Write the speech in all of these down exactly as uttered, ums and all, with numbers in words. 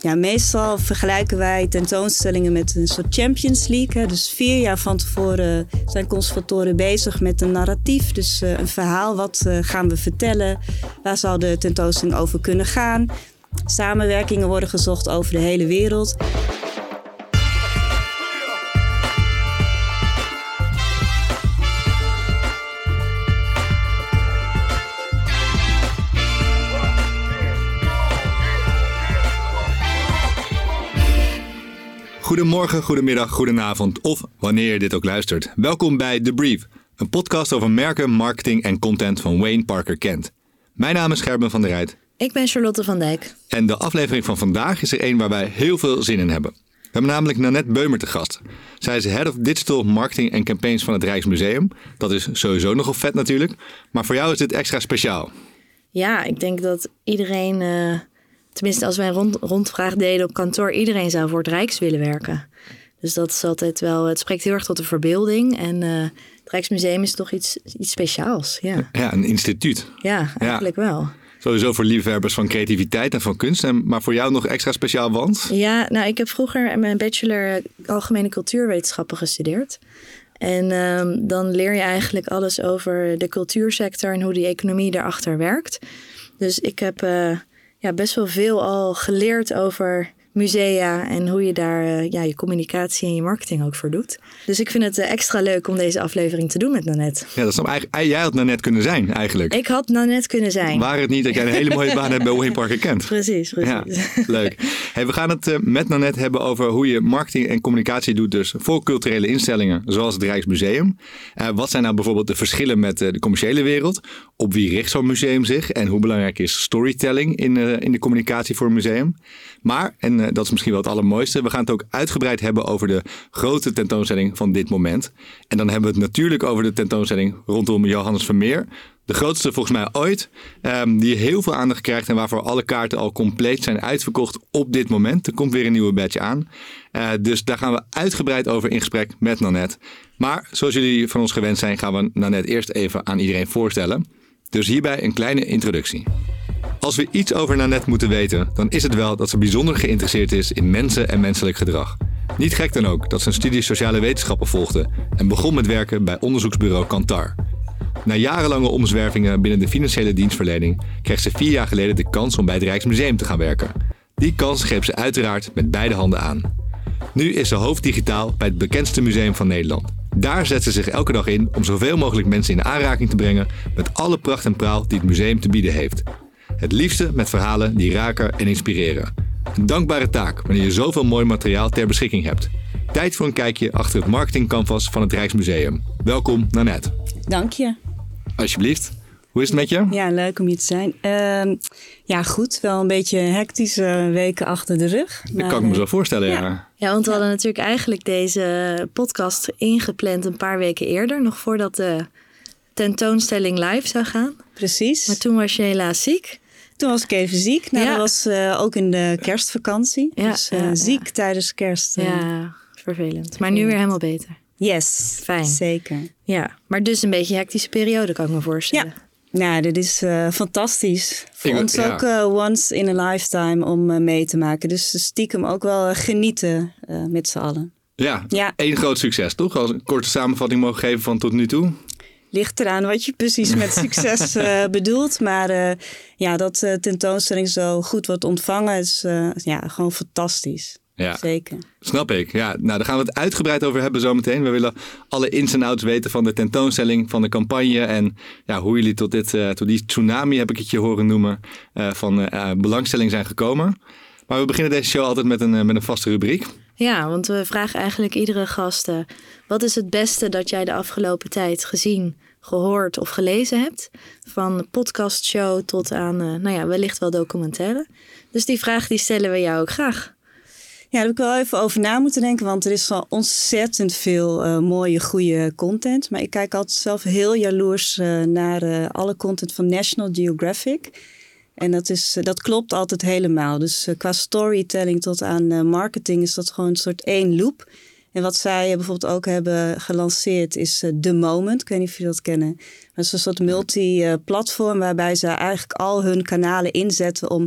Ja, meestal vergelijken wij tentoonstellingen met een soort Champions League. Hè. Dus vier jaar van tevoren zijn conservatoren bezig met een narratief. Dus uh, een verhaal, wat uh, gaan we vertellen? Waar zou de tentoonstelling over kunnen gaan? Samenwerkingen worden gezocht over de hele wereld. Goedemorgen, goedemiddag, goedenavond of wanneer je dit ook luistert. Welkom bij The Brief, een podcast over merken, marketing en content van Wayne Parker Kent. Mijn naam is Gerben van der Rijt. Ik ben Charlotte van Dijk. En de aflevering van vandaag is er een waar wij heel veel zin in hebben. We hebben namelijk Nanette Beumer te gast. Zij is Head of Digital Marketing en Campaigns van het Rijksmuseum. Dat is sowieso nogal vet natuurlijk, maar voor jou is dit extra speciaal. Ja, ik denk dat iedereen... Uh... Tenminste, als wij een rond, rondvraag deden op kantoor, iedereen zou voor het Rijks willen werken. Dus dat is altijd wel, het spreekt heel erg tot de verbeelding. En uh, het Rijksmuseum is toch iets, iets speciaals. Ja. ja, een instituut. Ja, eigenlijk ja. wel. Sowieso voor liefhebbers van creativiteit en van kunst. En, maar voor jou nog extra speciaal, want? Ja, nou, ik heb vroeger mijn bachelor Algemene Cultuurwetenschappen gestudeerd. En um, dan leer je eigenlijk alles over de cultuursector en hoe die economie daarachter werkt. Dus ik heb... Uh, Ja, best wel veel al geleerd over musea en hoe je daar uh, ja, je communicatie en je marketing ook voor doet. Dus ik vind het uh, extra leuk om deze aflevering te doen met Nanette. Ja, dat is eigenlijk, jij had Nanette kunnen zijn eigenlijk. Ik had Nanette kunnen zijn. Waar het niet dat jij een hele mooie baan hebt bij Wayne Parker Kent. Precies, precies. Ja, leuk. Hey, we gaan het uh, met Nanette hebben over hoe je marketing en communicatie doet dus voor culturele instellingen zoals het Rijksmuseum. Uh, wat zijn nou bijvoorbeeld de verschillen met uh, de commerciële wereld? Op wie richt zo'n museum zich? En hoe belangrijk is storytelling in, uh, in de communicatie voor een museum? Maar, en uh, dat is misschien wel het allermooiste, we gaan het ook uitgebreid hebben over de grote tentoonstelling van dit moment. En dan hebben we het natuurlijk over de tentoonstelling rondom Johannes Vermeer. De grootste volgens mij ooit, um, die heel veel aandacht krijgt en waarvoor alle kaarten al compleet zijn uitverkocht op dit moment. Er komt weer een nieuwe badge aan. Uh, dus daar gaan we uitgebreid over in gesprek met Nanette. Maar zoals jullie van ons gewend zijn, gaan we Nanette eerst even aan iedereen voorstellen. Dus hierbij een kleine introductie. Als we iets over Nanette moeten weten, dan is het wel dat ze bijzonder geïnteresseerd is in mensen en menselijk gedrag. Niet gek dan ook dat ze een studie sociale wetenschappen volgde en begon met werken bij onderzoeksbureau Kantar. Na jarenlange omzwervingen binnen de financiële dienstverlening kreeg ze vier jaar geleden de kans om bij het Rijksmuseum te gaan werken. Die kans greep ze uiteraard met beide handen aan. Nu is ze hoofd digitaal bij het bekendste museum van Nederland. Daar zet ze zich elke dag in om zoveel mogelijk mensen in aanraking te brengen met alle pracht en praal die het museum te bieden heeft. Het liefste met verhalen die raken en inspireren. Een dankbare taak wanneer je zoveel mooi materiaal ter beschikking hebt. Tijd voor een kijkje achter het marketingcanvas van het Rijksmuseum. Welkom, Nanette. Dank je. Alsjeblieft. Hoe is het met je? Ja, leuk om hier te zijn. Uh, ja, goed. Wel een beetje hectische weken achter de rug. Dat maar, kan ik me zo voorstellen, ja. Ja, ja want we hadden natuurlijk eigenlijk deze podcast ingepland een paar weken eerder. Nog voordat de tentoonstelling live zou gaan. Precies. Maar toen was je helaas ziek. Toen was ik even ziek. Nou, ja. Dat was uh, ook in de kerstvakantie. Ja, dus uh, ja, ziek ja. tijdens kerst. Uh, ja, vervelend. Maar nu weer helemaal beter. Yes, fijn. Zeker. Ja, maar dus een beetje een hectische periode kan ik me voorstellen. Ja. Nou, dit is uh, fantastisch. Voor ik, ons ja. ook uh, once in a lifetime om uh, mee te maken. Dus stiekem ook wel uh, genieten uh, met z'n allen. Ja, ja, één groot succes, toch? Als een korte samenvatting mogen geven van tot nu toe. Ligt eraan wat je precies met succes uh, bedoelt. Maar uh, ja, dat uh, tentoonstelling zo goed wordt ontvangen is uh, ja, gewoon fantastisch. Ja, zeker. Snap ik. Ja, nou, daar gaan we het uitgebreid over hebben zometeen. We willen alle ins en outs weten van de tentoonstelling, van de campagne en ja, hoe jullie tot, dit, uh, tot die tsunami, heb ik het je horen noemen, uh, van uh, belangstelling zijn gekomen. Maar we beginnen deze show altijd met een, uh, met een vaste rubriek. Ja, want we vragen eigenlijk iedere gast, uh, wat is het beste dat jij de afgelopen tijd gezien, gehoord of gelezen hebt? Van podcastshow tot aan, uh, nou ja, wellicht wel documentaire. Dus die vraag die stellen we jou ook graag. Ja, daar heb ik wel even over na moeten denken, want er is al ontzettend veel uh, mooie, goede content. Maar ik kijk altijd zelf heel jaloers uh, naar uh, alle content van National Geographic. En dat, is, uh, dat klopt altijd helemaal. Dus uh, qua storytelling tot aan uh, marketing is dat gewoon een soort één loop. En wat zij uh, bijvoorbeeld ook hebben gelanceerd is uh, The Moment. Ik weet niet of jullie dat kennen. Dat is een soort multi-platform waarbij ze eigenlijk al hun kanalen inzetten om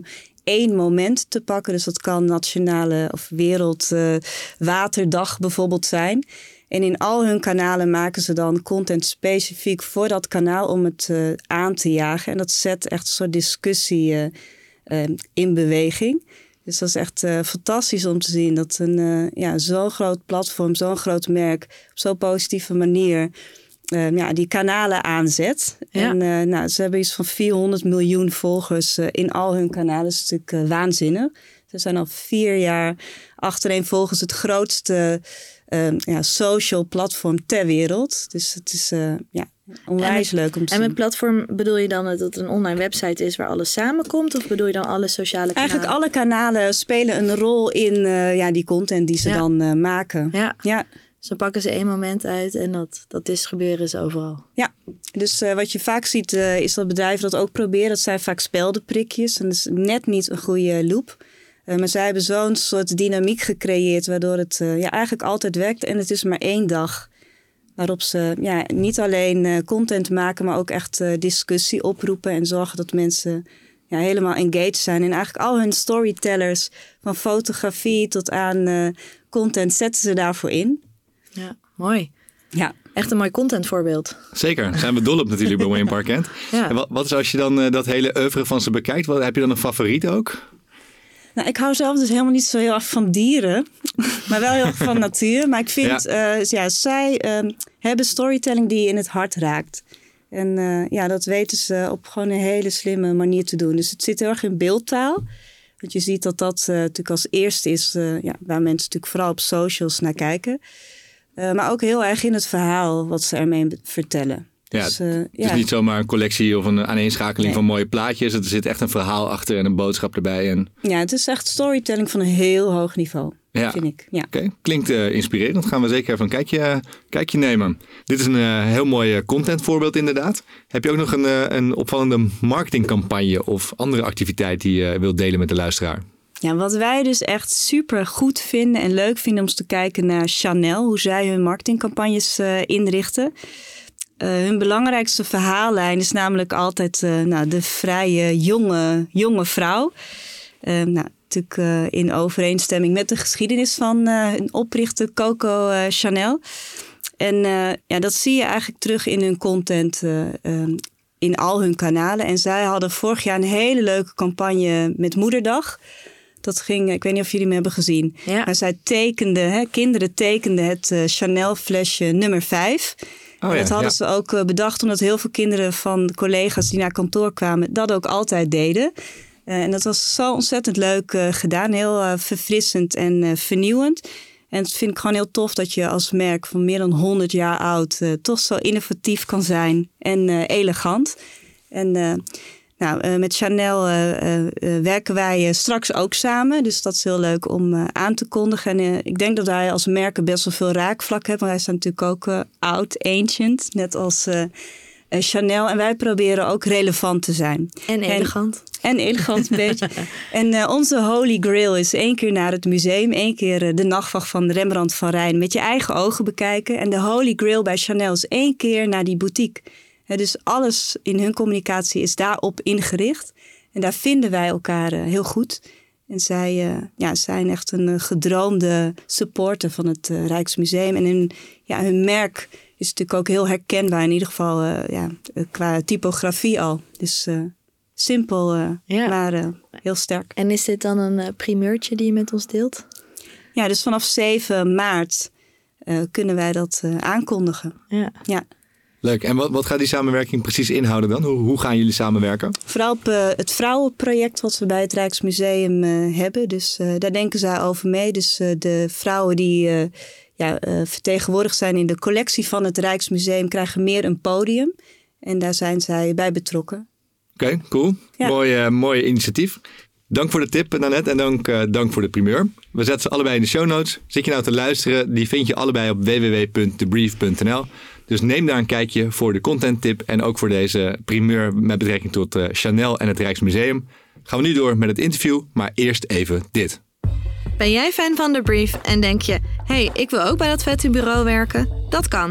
één moment te pakken. Dus dat kan Nationale of Wereld uh, Waterdag bijvoorbeeld zijn. En in al hun kanalen maken ze dan content specifiek voor dat kanaal om het uh, aan te jagen. En dat zet echt een soort discussie uh, uh, in beweging. Dus dat is echt uh, fantastisch om te zien dat een uh, ja, zo'n groot platform, zo'n groot merk op zo'n positieve manier uh, ja, die kanalen aanzet. Ja. En uh, nou, ze hebben iets van vierhonderd miljoen volgers uh, in al hun kanalen. Dat is natuurlijk uh, waanzinnig. Ze zijn al vier jaar achtereen volgens het grootste uh, ja, social platform ter wereld. Dus het is uh, ja, onwijs met, leuk om te en zien. met platform bedoel je dan dat het een online website is waar alles samenkomt? Of bedoel je dan alle sociale kanalen? Eigenlijk alle kanalen spelen een rol in uh, ja, die content die ze ja. dan uh, maken. Ja. ja. Dus dan pakken ze één moment uit en dat, dat is gebeuren ze overal. Ja, dus uh, wat je vaak ziet uh, is dat bedrijven dat ook proberen. Dat zijn vaak speldenprikjes en dat is net niet een goede loop. Uh, maar zij hebben zo'n soort dynamiek gecreëerd waardoor het uh, ja, eigenlijk altijd werkt. En het is maar één dag waarop ze ja, niet alleen uh, content maken, maar ook echt uh, discussie oproepen en zorgen dat mensen ja, helemaal engaged zijn. En eigenlijk al hun storytellers, van fotografie tot aan uh, content, zetten ze daarvoor in. Ja, mooi. Ja. Echt een mooi contentvoorbeeld. Zeker, daar zijn we dol op natuurlijk bij Wayne Parkent. Ja. En wat, wat is als je dan uh, dat hele oeuvre van ze bekijkt, wat, heb je dan een favoriet ook? Nou, ik hou zelf dus helemaal niet zo heel erg van dieren, maar wel heel erg van natuur. Maar ik vind, ja, uh, ja zij uh, hebben storytelling die je in het hart raakt. En uh, ja, dat weten ze op gewoon een hele slimme manier te doen. Dus het zit heel erg in beeldtaal. Want je ziet dat dat uh, natuurlijk als eerste is uh, ja, waar mensen natuurlijk vooral op socials naar kijken. Uh, maar ook heel erg in het verhaal wat ze ermee vertellen. Ja, dus, uh, het ja. is niet zomaar een collectie of een aaneenschakeling nee. van mooie plaatjes. Er zit echt een verhaal achter en een boodschap erbij. En... Ja, het is echt storytelling van een heel hoog niveau, ja. vind ik. Ja. Oké, okay. Klinkt uh, inspirerend. Gaan we zeker even een kijkje, uh, kijkje nemen. Dit is een uh, heel mooi contentvoorbeeld inderdaad. Heb je ook nog een, uh, een opvallende marketingcampagne of andere activiteit die je uh, wilt delen met de luisteraar? Ja, wat wij dus echt super goed vinden en leuk vinden om te kijken naar Chanel. Hoe zij hun marketingcampagnes uh, inrichten. Uh, hun belangrijkste verhaallijn is namelijk altijd uh, nou, de vrije jonge, jonge vrouw. Uh, nou, natuurlijk uh, in overeenstemming met de geschiedenis van uh, hun oprichter Coco uh, Chanel. En uh, ja, dat zie je eigenlijk terug in hun content uh, uh, in al hun kanalen. En zij hadden vorig jaar een hele leuke campagne met Moederdag. Dat ging, ik weet niet of jullie hem hebben gezien. Ja. Maar zij tekenden, hè, kinderen tekenden het uh, Chanel flesje nummer vijf. Oh ja, dat hadden ja. ze ook uh, bedacht omdat heel veel kinderen van collega's die naar kantoor kwamen dat ook altijd deden. Uh, en dat was zo ontzettend leuk uh, gedaan. Heel uh, verfrissend en uh, vernieuwend. En het vind ik gewoon heel tof dat je als merk van meer dan honderd jaar oud uh, toch zo innovatief kan zijn en uh, elegant. En uh, nou, uh, met Chanel uh, uh, uh, werken wij uh, straks ook samen. Dus dat is heel leuk om uh, aan te kondigen. En uh, ik denk dat wij als merken best wel veel raakvlak hebben. Want wij zijn natuurlijk ook uh, oud, ancient, net als uh, uh, Chanel. En wij proberen ook relevant te zijn. En elegant. En, en elegant een beetje. En uh, onze holy grail is één keer naar het museum. één keer uh, de nachtwacht van Rembrandt van Rijn met je eigen ogen bekijken. En de holy grail bij Chanel is één keer naar die boutique. He, dus alles in hun communicatie is daarop ingericht. En daar vinden wij elkaar uh, heel goed. En zij uh, ja, zijn echt een uh, gedroomde supporter van het uh, Rijksmuseum. En hun, ja, hun merk is natuurlijk ook heel herkenbaar. In ieder geval uh, ja, qua typografie al. Dus uh, simpel, uh, ja. maar uh, heel sterk. En is dit dan een uh, primeurtje die je met ons deelt? Ja, dus vanaf zeven maart uh, kunnen wij dat uh, aankondigen. Ja. ja. Leuk. En wat, wat gaat die samenwerking precies inhouden dan? Hoe, hoe gaan jullie samenwerken? Vooral op uh, het vrouwenproject wat we bij het Rijksmuseum uh, hebben. Dus uh, daar denken zij over mee. Dus uh, de vrouwen die uh, ja, uh, vertegenwoordigd zijn in de collectie van het Rijksmuseum krijgen meer een podium. En daar zijn zij bij betrokken. Oké, okay, cool. Ja. Mooi, uh, mooi initiatief. Dank voor de tip, Nanette, en dank, uh, dank voor de primeur. We zetten ze allebei in de show notes. Zit je nou te luisteren? Die vind je allebei op w w w punt the brief punt n l. Dus neem daar een kijkje voor de contenttip en ook voor deze primeur met betrekking tot uh, Chanel en het Rijksmuseum. Gaan we nu door met het interview, maar eerst even dit. Ben jij fan van The Brief en denk je, hey, ik wil ook bij dat vette bureau werken? Dat kan.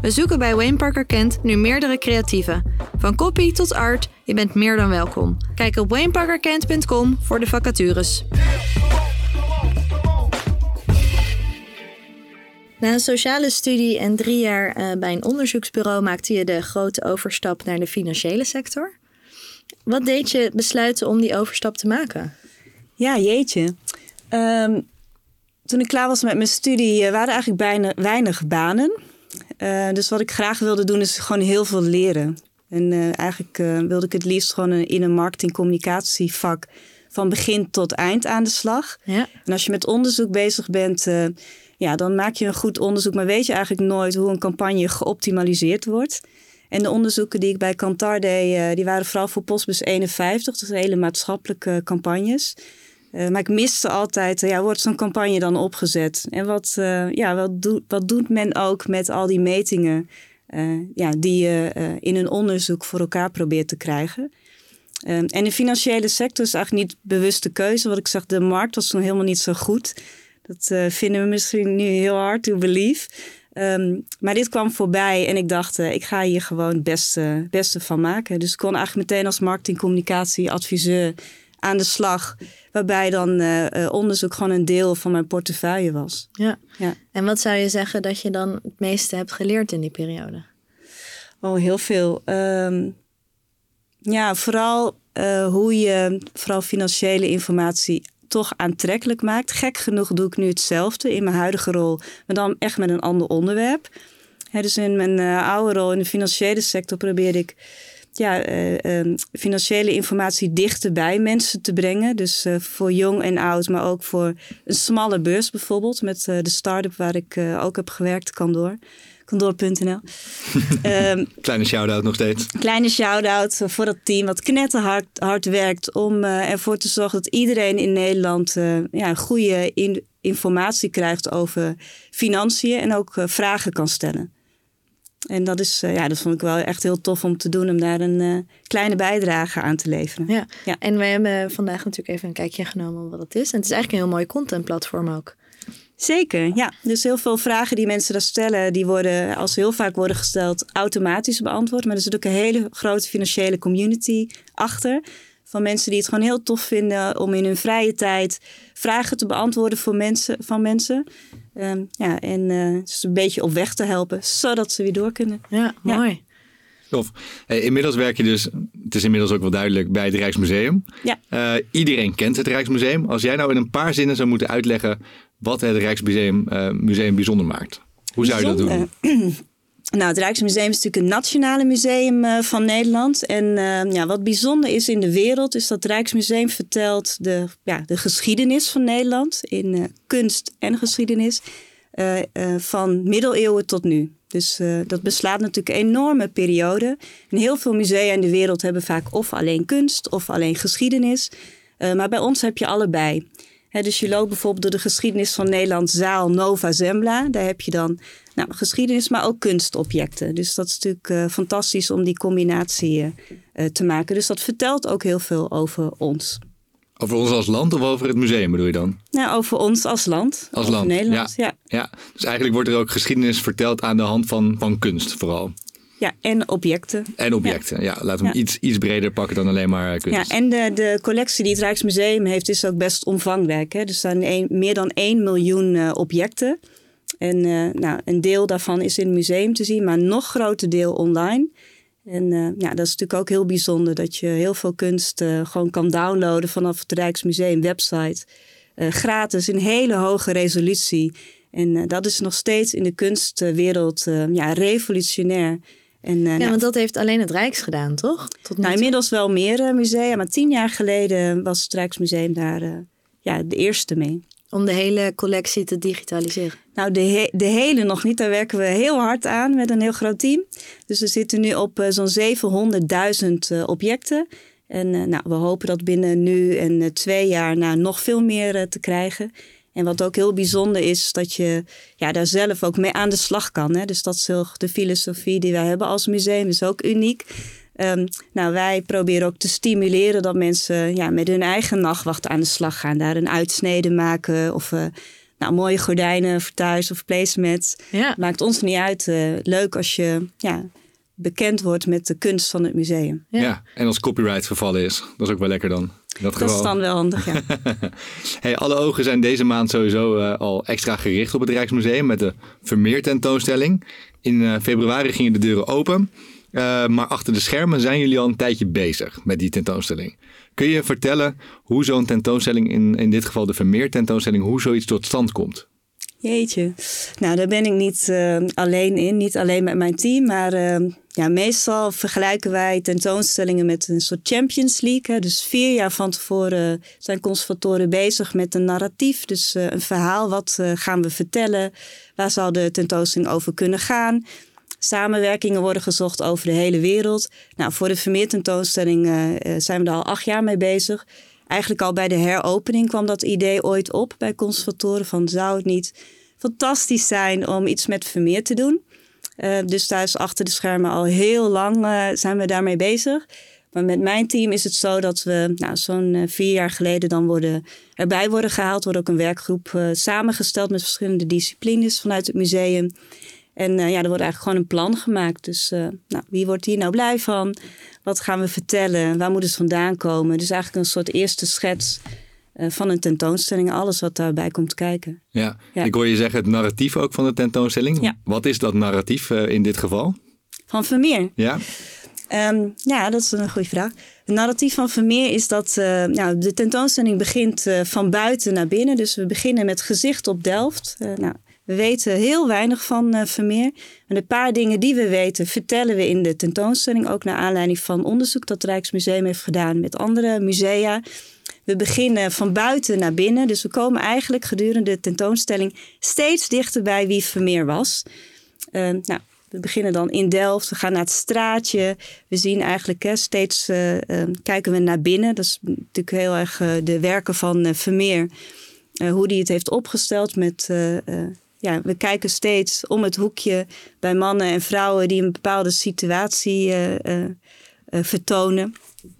We zoeken bij Wayne Parker Kent nu meerdere creatieven. Van copy tot art, je bent meer dan welkom. Kijk op wayne parker kent punt com voor de vacatures. Na een sociale studie en drie jaar uh, bij een onderzoeksbureau maakte je de grote overstap naar de financiële sector. Wat deed je besluiten om die overstap te maken? Ja, jeetje. Um, toen ik klaar was met mijn studie uh, waren eigenlijk bijna weinig banen. Uh, dus wat ik graag wilde doen is gewoon heel veel leren. En uh, eigenlijk uh, wilde ik het liefst gewoon in een marketing-communicatievak van begin tot eind aan de slag. Ja. En als je met onderzoek bezig bent, uh, ja, dan maak je een goed onderzoek, maar weet je eigenlijk nooit hoe een campagne geoptimaliseerd wordt. En de onderzoeken die ik bij Kantar deed, uh, die waren vooral voor Postbus eenenvijftig, dus hele maatschappelijke campagnes. Uh, maar ik miste altijd, uh, ja, wordt zo'n campagne dan opgezet? En wat, uh, ja, wat, doet, wat doet men ook met al die metingen uh, ja, die je uh, in een onderzoek voor elkaar probeert te krijgen? Uh, en de financiële sector is eigenlijk niet bewuste keuze. Wat ik zeg, de markt was toen helemaal niet zo goed. Dat uh, vinden we misschien nu heel hard to believe. Um, maar dit kwam voorbij en ik dacht, uh, ik ga hier gewoon het beste, beste van maken. Dus ik kon eigenlijk meteen als marketing-communicatie-adviseur aan de slag, waarbij dan uh, uh, onderzoek gewoon een deel van mijn portefeuille was. Ja. Ja. En wat zou je zeggen dat je dan het meeste hebt geleerd in die periode? Oh, heel veel. Um, ja, vooral uh, hoe je vooral financiële informatie toch aantrekkelijk maakt. Gek genoeg doe ik nu hetzelfde in mijn huidige rol, maar dan echt met een ander onderwerp. He, dus in mijn uh, oude rol in de financiële sector probeerde ik ja, uh, uh, financiële informatie dichter bij mensen te brengen. Dus uh, voor jong en oud, maar ook voor een smalle beurs bijvoorbeeld. Met uh, de start-up waar ik uh, ook heb gewerkt, Candor. Candor punt n l. um, kleine shout-out nog steeds. Kleine shout-out voor dat team wat knetterhard hard werkt om uh, ervoor te zorgen dat iedereen in Nederland uh, ja, goede in, informatie krijgt over financiën en ook uh, vragen kan stellen. En dat is, uh, ja, dat vond ik wel echt heel tof om te doen, om daar een uh, kleine bijdrage aan te leveren. Ja. Ja, en wij hebben vandaag natuurlijk even een kijkje genomen wat het is. En het is eigenlijk een heel mooi contentplatform ook. Zeker, ja. Dus heel veel vragen die mensen daar stellen, die worden, als ze heel vaak worden gesteld, automatisch beantwoord. Maar er zit ook een hele grote financiële community achter. Van mensen die het gewoon heel tof vinden om in hun vrije tijd vragen te beantwoorden voor mensen, van mensen. Um, ja, en uh, dus een beetje op weg te helpen, zodat ze weer door kunnen. Ja, mooi. Ja. Tof. Hey, inmiddels werk je dus, het is inmiddels ook wel duidelijk, bij het Rijksmuseum. Ja. Uh, iedereen kent het Rijksmuseum. Als jij nou in een paar zinnen zou moeten uitleggen wat het Rijksmuseum uh, museum bijzonder maakt. Hoe zou je dat doen? Nou, het Rijksmuseum is natuurlijk een nationale museum uh, van Nederland. En uh, ja, wat bijzonder is in de wereld, is dat het Rijksmuseum vertelt de, ja, de geschiedenis van Nederland in uh, kunst en geschiedenis uh, uh, van middeleeuwen tot nu. Dus uh, dat beslaat natuurlijk een enorme periode. En heel veel musea in de wereld hebben vaak of alleen kunst of alleen geschiedenis. Uh, maar bij ons heb je allebei. He, dus je loopt bijvoorbeeld door de geschiedenis van Nederland, zaal Nova Zembla. Daar heb je dan nou, geschiedenis, maar ook kunstobjecten. Dus dat is natuurlijk uh, fantastisch om die combinatie uh, te maken. Dus dat vertelt ook heel veel over ons. Over ons als land of over het museum bedoel je dan? Nou, over ons als land. Als over land, Nederland, ja. ja. ja. Dus eigenlijk wordt er ook geschiedenis verteld aan de hand van, van kunst vooral. Ja, en objecten. En objecten, ja. ja laten we hem ja. iets, iets breder pakken dan alleen maar kunst. Ja, en de, de collectie die het Rijksmuseum heeft is ook best omvangrijk. Hè? Er zijn een, meer dan één miljoen uh, objecten. En uh, nou, een deel daarvan is in het museum te zien, maar een nog groter deel online. En uh, ja, dat is natuurlijk ook heel bijzonder dat je heel veel kunst uh, gewoon kan downloaden vanaf het Rijksmuseum website. Uh, gratis, in hele hoge resolutie. En uh, dat is nog steeds in de kunstwereld uh, ja, revolutionair. En, uh, ja, nou, want dat heeft alleen het Rijks gedaan, toch? Tot nou, inmiddels wel meer uh, musea, maar tien jaar geleden was het Rijksmuseum daar uh, ja, de eerste mee. Om de hele collectie te digitaliseren? Nou, de, he- de hele nog niet. Daar werken we heel hard aan met een heel groot team. Dus we zitten nu op uh, zo'n zevenhonderdduizend uh, objecten. En uh, nou, we hopen dat binnen nu en uh, twee jaar nou, nog veel meer uh, te krijgen. En wat ook heel bijzonder is, dat je ja, daar zelf ook mee aan de slag kan. Hè? Dus dat is ook de filosofie die wij hebben als museum, is ook uniek. Um, nou, wij proberen ook te stimuleren dat mensen ja, met hun eigen nachtwacht aan de slag gaan. Daar een uitsnede maken of uh, nou, mooie gordijnen voor thuis of placemats. Ja. Maakt ons niet uit. Uh, leuk als je ja, bekend wordt met de kunst van het museum. Ja, ja, en als copyright vervallen is. Dat is ook wel lekker dan. Dat, dat geval. is dan wel handig, ja. Hey, alle ogen zijn deze maand sowieso uh, al extra gericht op het Rijksmuseum met de Vermeer tentoonstelling. In uh, februari gingen de deuren open. Uh, maar achter de schermen zijn jullie al een tijdje bezig met die tentoonstelling. Kun je vertellen hoe zo'n tentoonstelling, in, in dit geval de Vermeer tentoonstelling, hoe zoiets tot stand komt? Jeetje. Nou, daar ben ik niet uh, alleen in. Niet alleen met mijn team. Maar uh, ja, meestal vergelijken wij tentoonstellingen met een soort Champions League. Hè. Dus vier jaar van tevoren zijn conservatoren bezig met een narratief. Dus uh, een verhaal. Wat uh, gaan we vertellen? Waar zou de tentoonstelling over kunnen gaan? Samenwerkingen worden gezocht over de hele wereld. Nou, voor de Vermeer tentoonstelling uh, zijn we er al acht jaar mee bezig. Eigenlijk al bij de heropening kwam dat idee ooit op bij conservatoren. Van zou het niet fantastisch zijn om iets met Vermeer te doen? Uh, dus daar is achter de schermen al heel lang uh, zijn we daarmee bezig. Maar met mijn team is het zo dat we nou, zo'n uh, vier jaar geleden dan worden, erbij worden gehaald. Wordt ook een werkgroep uh, samengesteld met verschillende disciplines vanuit het museum. En uh, ja, er wordt eigenlijk gewoon een plan gemaakt. Dus uh, nou, wie wordt hier nou blij van? Wat gaan we vertellen? Waar moet het vandaan komen? Dus eigenlijk een soort eerste schets uh, van een tentoonstelling. Alles wat daarbij komt kijken. Ja, ja. Ik hoor je zeggen het narratief ook van de tentoonstelling. Ja. Wat is dat narratief uh, in dit geval? Van Vermeer? Ja. Um, ja, dat is een goede vraag. Het narratief van Vermeer is dat uh, nou, de tentoonstelling begint uh, van buiten naar binnen. Dus we beginnen met gezicht op Delft. Uh, nou, we weten heel weinig van uh, Vermeer. En de paar dingen die we weten vertellen we in de tentoonstelling. Ook naar aanleiding van onderzoek dat het Rijksmuseum heeft gedaan met andere musea. We beginnen van buiten naar binnen. Dus we komen eigenlijk gedurende de tentoonstelling steeds dichter bij wie Vermeer was. Uh, nou, we beginnen dan in Delft. We gaan naar het straatje. We zien eigenlijk hè, steeds uh, uh, kijken we naar binnen. Dat is natuurlijk heel erg uh, de werken van uh, Vermeer. Uh, hoe hij het heeft opgesteld met... Uh, uh, Ja, we kijken steeds om het hoekje bij mannen en vrouwen die een bepaalde situatie uh, uh, uh, vertonen.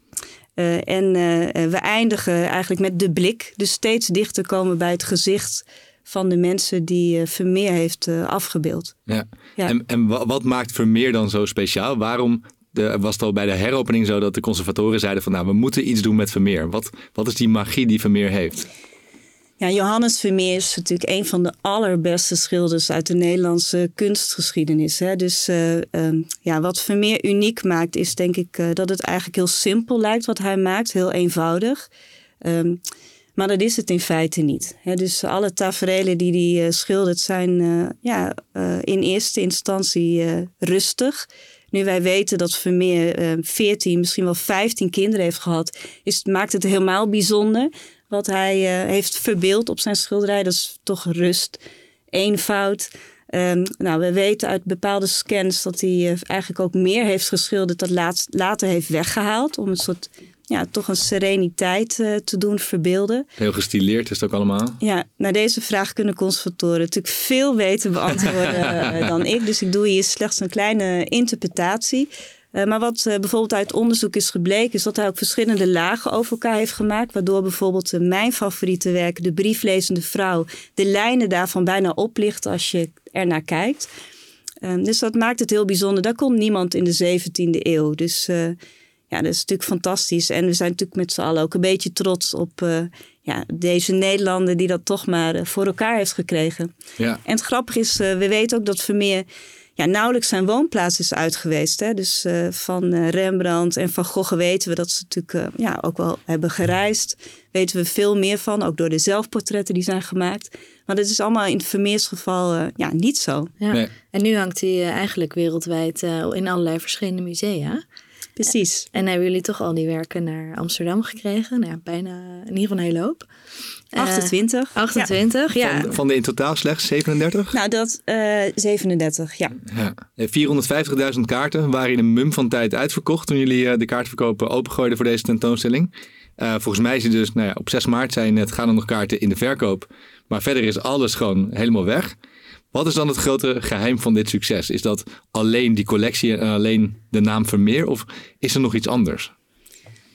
Uh, en uh, we eindigen eigenlijk met de blik. Dus steeds dichter komen bij het gezicht van de mensen die uh, Vermeer heeft uh, afgebeeld. Ja. Ja. En, en wat maakt Vermeer dan zo speciaal? Waarom de, was het al bij de heropening zo dat de conservatoren zeiden van nou, we moeten iets doen met Vermeer? Wat, wat is die magie die Vermeer heeft? Ja, Johannes Vermeer is natuurlijk een van de allerbeste schilders uit de Nederlandse kunstgeschiedenis. Hè. Dus uh, uh, ja, wat Vermeer uniek maakt is denk ik uh, dat het eigenlijk heel simpel lijkt wat hij maakt. Heel eenvoudig. Um, maar dat is het in feite niet. Hè. Dus alle taferelen die hij uh, schildert zijn uh, ja, uh, in eerste instantie uh, rustig. Nu wij weten dat Vermeer uh, veertien, misschien wel vijftien kinderen heeft gehad, is, maakt het helemaal bijzonder. Wat hij uh, heeft verbeeld op zijn schilderij, dat is toch rust, eenvoud. Um, nou, we weten uit bepaalde scans dat hij uh, eigenlijk ook meer heeft geschilderd dat laat, later heeft weggehaald. Om een soort, ja, toch een sereniteit uh, te doen verbeelden. Heel gestileerd is het ook allemaal. Ja, naar deze vraag kunnen conservatoren natuurlijk veel beter beantwoorden uh, dan ik. Dus ik doe hier slechts een kleine interpretatie. Uh, maar wat uh, bijvoorbeeld uit onderzoek is gebleken, is dat hij ook verschillende lagen over elkaar heeft gemaakt. Waardoor bijvoorbeeld uh, mijn favoriete werk, De brieflezende vrouw, de lijnen daarvan bijna oplichten als je er naar kijkt. Uh, dus dat maakt het heel bijzonder. Daar kon niemand in de zeventiende eeuw. Dus uh, ja, dat is natuurlijk fantastisch. En we zijn natuurlijk met z'n allen ook een beetje trots op uh, ja, deze Nederlander die dat toch maar uh, voor elkaar heeft gekregen. Ja. En het grappige is, uh, we weten ook dat Vermeer ja, nauwelijks zijn woonplaats is uit geweest. Hè? Dus uh, van uh, Rembrandt en Van Gogh weten we dat ze natuurlijk uh, ja, ook wel hebben gereisd. Weten we veel meer van, ook door de zelfportretten die zijn gemaakt. Maar dat is allemaal in Vermeers geval uh, ja, niet zo. Ja. Nee. En nu hangt hij uh, eigenlijk wereldwijd uh, in allerlei verschillende musea. Precies. En hebben jullie toch al die werken naar Amsterdam gekregen? Nou ja, bijna in ieder geval een hele hoop. achtentwintig. Uh, achtentwintig, ja. ja. Van, van de in totaal slechts zevenendertig? Nou, dat uh, zevenendertig, ja. ja. vierhonderdvijftigduizend kaarten waren in een mum van tijd uitverkocht toen jullie uh, de kaartverkopen opengooiden voor deze tentoonstelling. Uh, volgens mij is het dus, nou ja, op zes maart zijn het gaan er nog kaarten in de verkoop. Maar verder is alles gewoon helemaal weg. Wat is dan het grote geheim van dit succes? Is dat alleen die collectie en alleen de naam Vermeer of is er nog iets anders?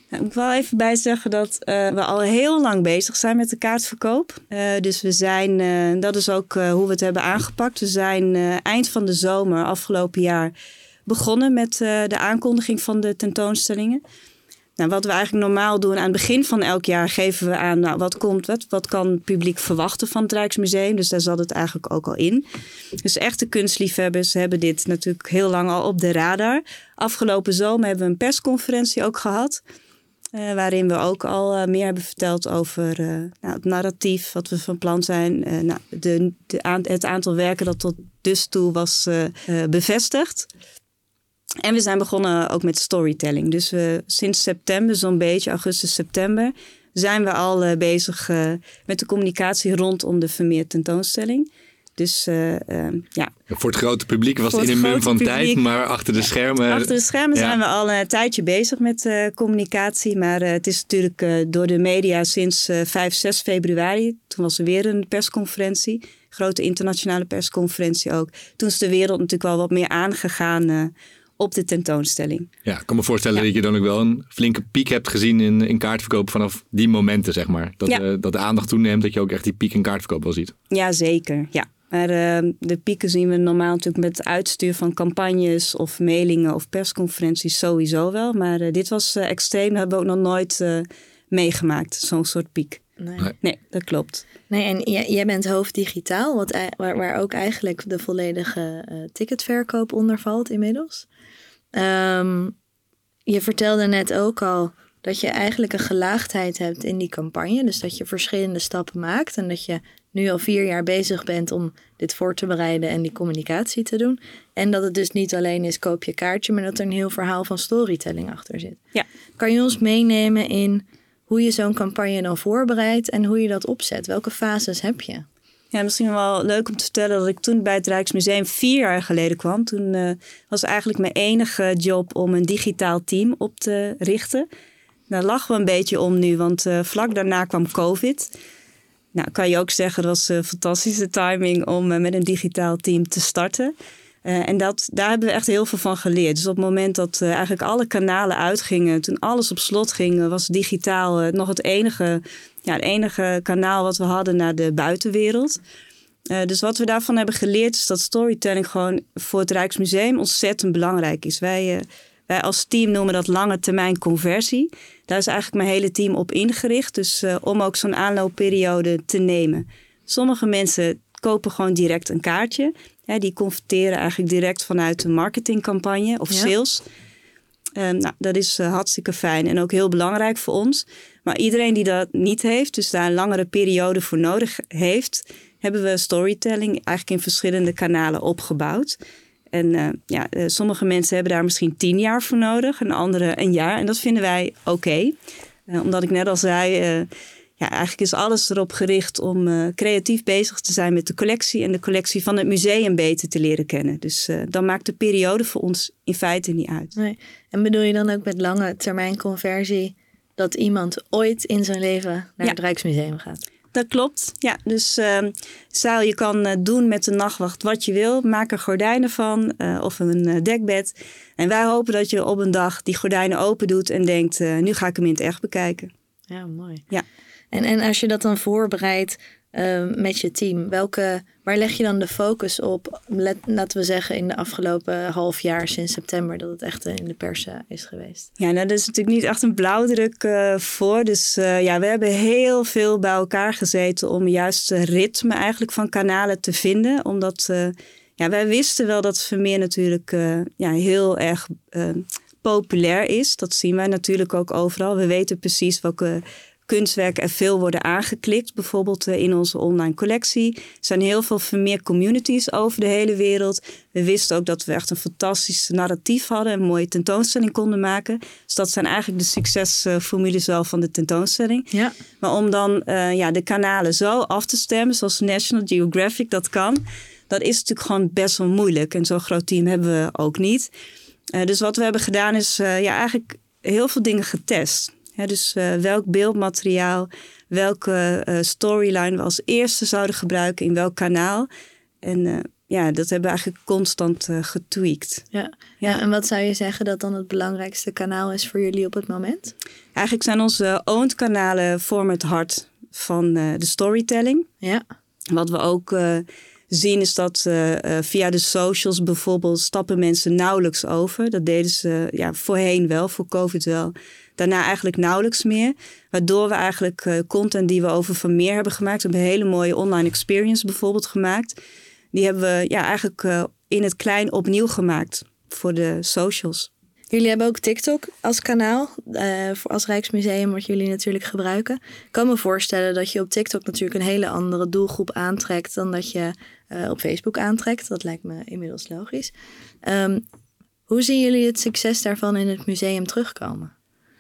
Nou, ik wil even bij zeggen dat uh, we al heel lang bezig zijn met de kaartverkoop. Uh, dus we zijn, uh, dat is ook uh, hoe we het hebben aangepakt. We zijn uh, eind van de zomer afgelopen jaar begonnen met uh, de aankondiging van de tentoonstellingen. Nou, wat we eigenlijk normaal doen aan het begin van elk jaar geven we aan nou, wat komt, wat, wat kan het publiek verwachten van het Rijksmuseum. Dus daar zat het eigenlijk ook al in. Dus echte kunstliefhebbers hebben dit natuurlijk heel lang al op de radar. Afgelopen zomer hebben we een persconferentie ook gehad. Uh, waarin we ook al uh, meer hebben verteld over uh, nou, het narratief, wat we van plan zijn. Uh, nou, de, de aan, het aantal werken dat tot dus toe was uh, uh, bevestigd. En we zijn begonnen ook met storytelling. Dus we, sinds september, zo'n beetje augustus, september, zijn we al uh, bezig uh, met de communicatie rondom de Vermeer tentoonstelling. Dus uh, uh, ja. Voor het grote publiek was het in een mum van publiek, tijd, maar achter de schermen... Achter de schermen ja. zijn we al een tijdje bezig met uh, communicatie. Maar uh, het is natuurlijk uh, door de media sinds uh, vijf, zes februari. Toen was er weer een persconferentie. Grote internationale persconferentie ook. Toen is de wereld natuurlijk wel wat meer aangegaan uh, op de tentoonstelling. Ja, ik kan me voorstellen ja. dat je dan ook wel een flinke piek hebt gezien in, in kaartverkoop vanaf die momenten, zeg maar. Dat, ja. uh, dat de aandacht toeneemt, dat je ook echt die piek in kaartverkoop wel ziet. Ja, zeker. Ja. Maar uh, de pieken zien we normaal natuurlijk met het uitstuur van campagnes of mailingen of persconferenties sowieso wel. Maar uh, dit was uh, extreem, dat hebben we ook nog nooit uh, meegemaakt, zo'n soort piek. Nee. nee, dat klopt. Nee, en j- jij bent hoofd digitaal, wat, waar, waar ook eigenlijk de volledige uh, ticketverkoop onder valt inmiddels. Um, je vertelde net ook al dat je eigenlijk een gelaagdheid hebt in die campagne. Dus dat je verschillende stappen maakt en dat je nu al vier jaar bezig bent om dit voor te bereiden en die communicatie te doen. En dat het dus niet alleen is koop je kaartje, maar dat er een heel verhaal van storytelling achter zit. Ja. Kan je ons meenemen in hoe je zo'n campagne dan voorbereidt en hoe je dat opzet? Welke fases heb je? Ja, misschien wel leuk om te vertellen dat ik toen bij het Rijksmuseum vier jaar geleden kwam. Toen uh, was eigenlijk mijn enige job om een digitaal team op te richten. Daar lachen we een beetje om nu, want uh, vlak daarna kwam COVID. Nou, kan je ook zeggen, dat was een fantastische timing om uh, met een digitaal team te starten. Uh, en dat, daar hebben we echt heel veel van geleerd. Dus op het moment dat uh, eigenlijk alle kanalen uitgingen, toen alles op slot ging, was digitaal uh, nog het enige, ja, het enige kanaal wat we hadden naar de buitenwereld. Uh, dus wat we daarvan hebben geleerd is dat storytelling gewoon voor het Rijksmuseum ontzettend belangrijk is. Wij, uh, wij als team noemen dat lange termijn conversie. Daar is eigenlijk mijn hele team op ingericht. Dus uh, om ook zo'n aanloopperiode te nemen. Sommige mensen kopen gewoon direct een kaartje. Ja, die converteren eigenlijk direct vanuit een marketingcampagne of sales. Ja. Um, nou, dat is uh, hartstikke fijn en ook heel belangrijk voor ons. Maar iedereen die dat niet heeft, dus daar een langere periode voor nodig heeft, hebben we storytelling eigenlijk in verschillende kanalen opgebouwd. En uh, ja, uh, sommige mensen hebben daar misschien tien jaar voor nodig, en andere een jaar. En dat vinden wij oké. Okay. Uh, omdat ik net al zei, uh, ja, eigenlijk is alles erop gericht om uh, creatief bezig te zijn met de collectie en de collectie van het museum beter te leren kennen. Dus uh, dan maakt de periode voor ons in feite niet uit. Nee. En bedoel je dan ook met lange termijn conversie dat iemand ooit in zijn leven naar ja. het Rijksmuseum gaat? Dat klopt, ja. Dus uh, Saal, je kan uh, doen met de nachtwacht wat je wil. Maak er gordijnen van uh, of een uh, dekbed. En wij hopen dat je op een dag die gordijnen open doet en denkt, uh, nu ga ik hem in het echt bekijken. Ja, mooi. Ja. En, en als je dat dan voorbereidt uh, met je team, welke, waar leg je dan de focus op? Let, laten we zeggen in de afgelopen half jaar sinds september dat het echt uh, in de pers uh, is geweest. Ja, nou, dat is natuurlijk niet echt een blauwdruk uh, voor. Dus uh, ja, we hebben heel veel bij elkaar gezeten om juist het ritme eigenlijk van kanalen te vinden. Omdat uh, ja, wij wisten wel dat Vermeer natuurlijk uh, ja, heel erg uh, populair is. Dat zien wij natuurlijk ook overal. We weten precies welke kunstwerken er veel worden aangeklikt. Bijvoorbeeld uh, in onze online collectie. Er zijn heel veel Vermeer communities over de hele wereld. We wisten ook dat we echt een fantastisch narratief hadden. Een mooie tentoonstelling konden maken. Dus dat zijn eigenlijk de succesformules wel van de tentoonstelling. Ja. Maar om dan uh, ja, de kanalen zo af te stemmen, zoals National Geographic dat kan, dat is natuurlijk gewoon best wel moeilijk. En zo'n groot team hebben we ook niet. Uh, dus wat we hebben gedaan is uh, ja, eigenlijk heel veel dingen getest. Ja, dus uh, welk beeldmateriaal, welke uh, storyline we als eerste zouden gebruiken in welk kanaal. En uh, ja, dat hebben we eigenlijk constant uh, getweakt. Ja. Ja, en wat zou je zeggen dat dan het belangrijkste kanaal is voor jullie op het moment? Eigenlijk zijn onze owned kanalen vormen het hart van uh, de storytelling. Ja. Wat we ook uh, zien is dat uh, uh, via de socials bijvoorbeeld stappen mensen nauwelijks over. Dat deden ze uh, ja, voorheen wel, voor COVID wel. Daarna eigenlijk nauwelijks meer. Waardoor we eigenlijk uh, content die we over Vermeer hebben gemaakt. We hebben een hele mooie online experience bijvoorbeeld gemaakt. Die hebben we ja, eigenlijk uh, in het klein opnieuw gemaakt voor de socials. Jullie hebben ook TikTok als kanaal, uh, als Rijksmuseum, wat jullie natuurlijk gebruiken. Ik kan me voorstellen dat je op TikTok natuurlijk een hele andere doelgroep aantrekt dan dat je uh, op Facebook aantrekt. Dat lijkt me inmiddels logisch. Um, hoe zien jullie het succes daarvan in het museum terugkomen?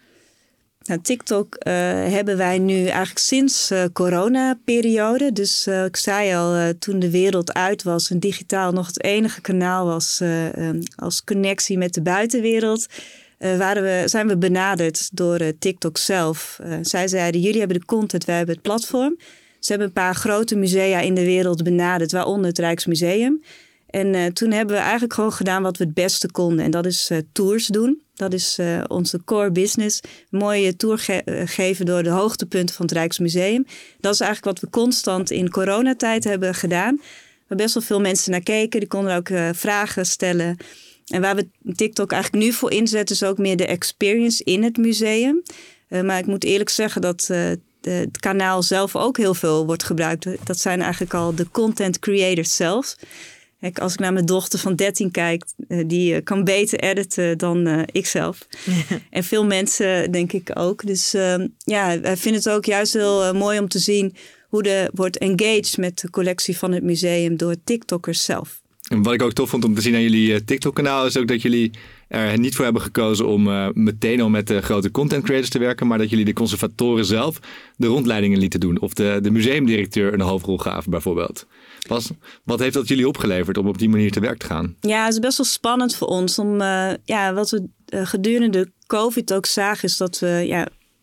Nou, TikTok uh, hebben wij nu eigenlijk sinds uh, coronaperiode. Dus uh, ik zei al, uh, toen de wereld uit was en digitaal nog het enige kanaal was uh, um, als connectie met de buitenwereld, uh, waren we, zijn we benaderd door uh, TikTok zelf. Uh, zij zeiden, jullie hebben de content, wij hebben het platform. Ze hebben een paar grote musea in de wereld benaderd, waaronder het Rijksmuseum. En uh, toen hebben we eigenlijk gewoon gedaan wat we het beste konden. En dat is uh, tours doen. Dat is uh, onze core business. Een mooie tour ge- uh, geven door de hoogtepunten van het Rijksmuseum. Dat is eigenlijk wat we constant in coronatijd hebben gedaan. Waar best wel veel mensen naar keken. Die konden ook uh, vragen stellen. En waar we TikTok eigenlijk nu voor inzetten is ook meer de experience in het museum. Uh, maar ik moet eerlijk zeggen dat uh, de, het kanaal zelf ook heel veel wordt gebruikt. Dat zijn eigenlijk al de content creators zelf. Kijk, als ik naar mijn dochter van dertien kijk, die kan beter editen dan uh, ikzelf. Ja. En veel mensen denk ik ook. Dus uh, ja, wij vinden het ook juist heel uh, mooi om te zien hoe er wordt engaged met de collectie van het museum door TikTokkers zelf. En wat ik ook tof vond om te zien aan jullie uh, TikTok-kanaal is ook dat jullie er niet voor hebben gekozen om uh, meteen al met de grote content creators te werken, maar dat jullie de conservatoren zelf de rondleidingen lieten doen. Of de, de museumdirecteur een hoofdrol gaven bijvoorbeeld. Was, wat heeft dat jullie opgeleverd om op die manier te werk te gaan? Ja, het is best wel spannend voor ons. Om, uh, ja, wat we uh, gedurende COVID ook zagen is dat we ja,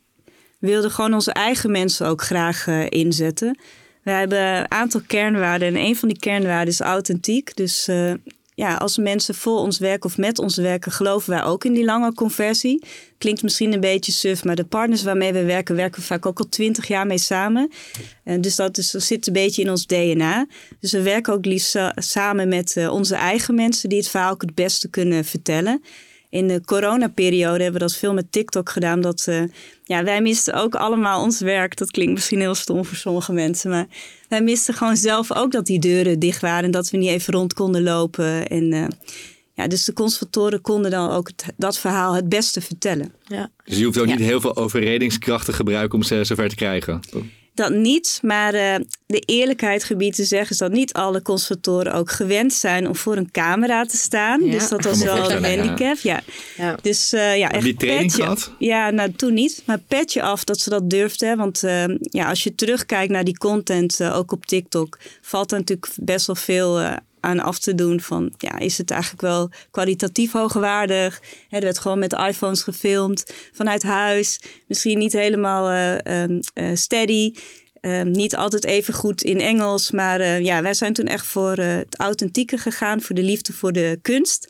wilden gewoon onze eigen mensen ook graag uh, inzetten. We hebben een aantal kernwaarden en een van die kernwaarden is authentiek. Dus uh, ja, als mensen voor ons werken of met ons werken, geloven wij ook in die lange conversie. Klinkt misschien een beetje suf, maar de partners waarmee we werken, werken we vaak ook al twintig jaar mee samen. En dus dat, is, dat zit een beetje in ons D N A. Dus we werken ook liefst uh, samen met uh, onze eigen mensen die het verhaal ook het beste kunnen vertellen. In de coronaperiode hebben we dat veel met TikTok gedaan. Dat, uh, ja, wij misten ook allemaal ons werk. Dat klinkt misschien heel stom voor sommige mensen. Maar wij misten gewoon zelf ook dat die deuren dicht waren. En dat we niet even rond konden lopen. En, uh, ja, dus de conservatoren konden dan ook het, dat verhaal het beste vertellen. Ja. Dus je hoeft ook ja. niet heel veel overredingskracht te gebruiken om ze zover te krijgen. Dat niet, maar uh, de eerlijkheid gebied te zeggen is dat niet alle conservatoren ook gewend zijn om voor een camera te staan. Ja. Dus dat was wel een handicap. Ja. Ja. Dus uh, ja, echt die training petje, gehad? Ja, nou toen niet, maar petje af dat ze dat durfden. Want uh, ja, als je terugkijkt naar die content, uh, ook op TikTok, valt er natuurlijk best wel veel uh, aan af te doen van, ja, is het eigenlijk wel kwalitatief hoogwaardig? Hè, er werd gewoon met iPhones gefilmd, vanuit huis. Misschien niet helemaal uh, uh, uh, steady. Uh, niet altijd even goed in Engels. Maar uh, ja, wij zijn toen echt voor uh, het authentieke gegaan, voor de liefde voor de kunst.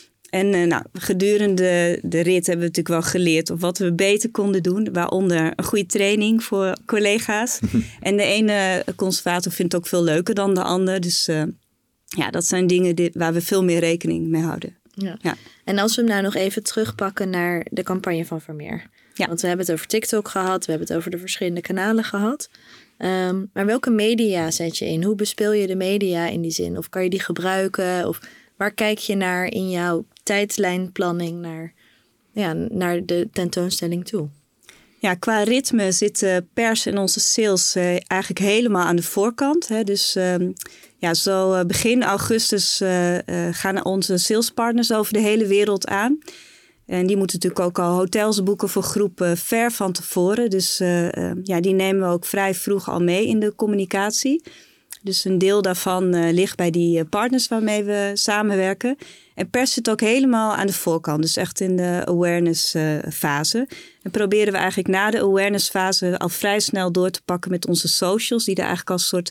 En uh, nou, gedurende de rit hebben we natuurlijk wel geleerd of wat we beter konden doen. Waaronder een goede training voor collega's. En de ene conservator vindt het ook veel leuker dan de ander. Dus uh, ja, dat zijn dingen die, waar we veel meer rekening mee houden. Ja. Ja. En als we hem nou nog even terugpakken naar de campagne van Vermeer. Ja. Want we hebben het over TikTok gehad. We hebben het over de verschillende kanalen gehad. Um, maar welke media zet je in? Hoe bespeel je de media in die zin? Of kan je die gebruiken? Of waar kijk je naar in jouw tijdlijnplanning naar, ja, naar de tentoonstelling toe? Ja, qua ritme zit pers en onze sales uh, eigenlijk helemaal aan de voorkant. Hè. Dus um, ja, zo uh, begin augustus uh, uh, gaan onze salespartners over de hele wereld aan. En die moeten natuurlijk ook al hotels boeken voor groepen ver van tevoren. Dus uh, uh, ja, die nemen we ook vrij vroeg al mee in de communicatie. Dus een deel daarvan uh, ligt bij die partners waarmee we samenwerken. En pers zit ook helemaal aan de voorkant. Dus echt in de awareness uh, fase. En proberen we eigenlijk na de awareness fase al vrij snel door te pakken met onze socials. Die er eigenlijk als soort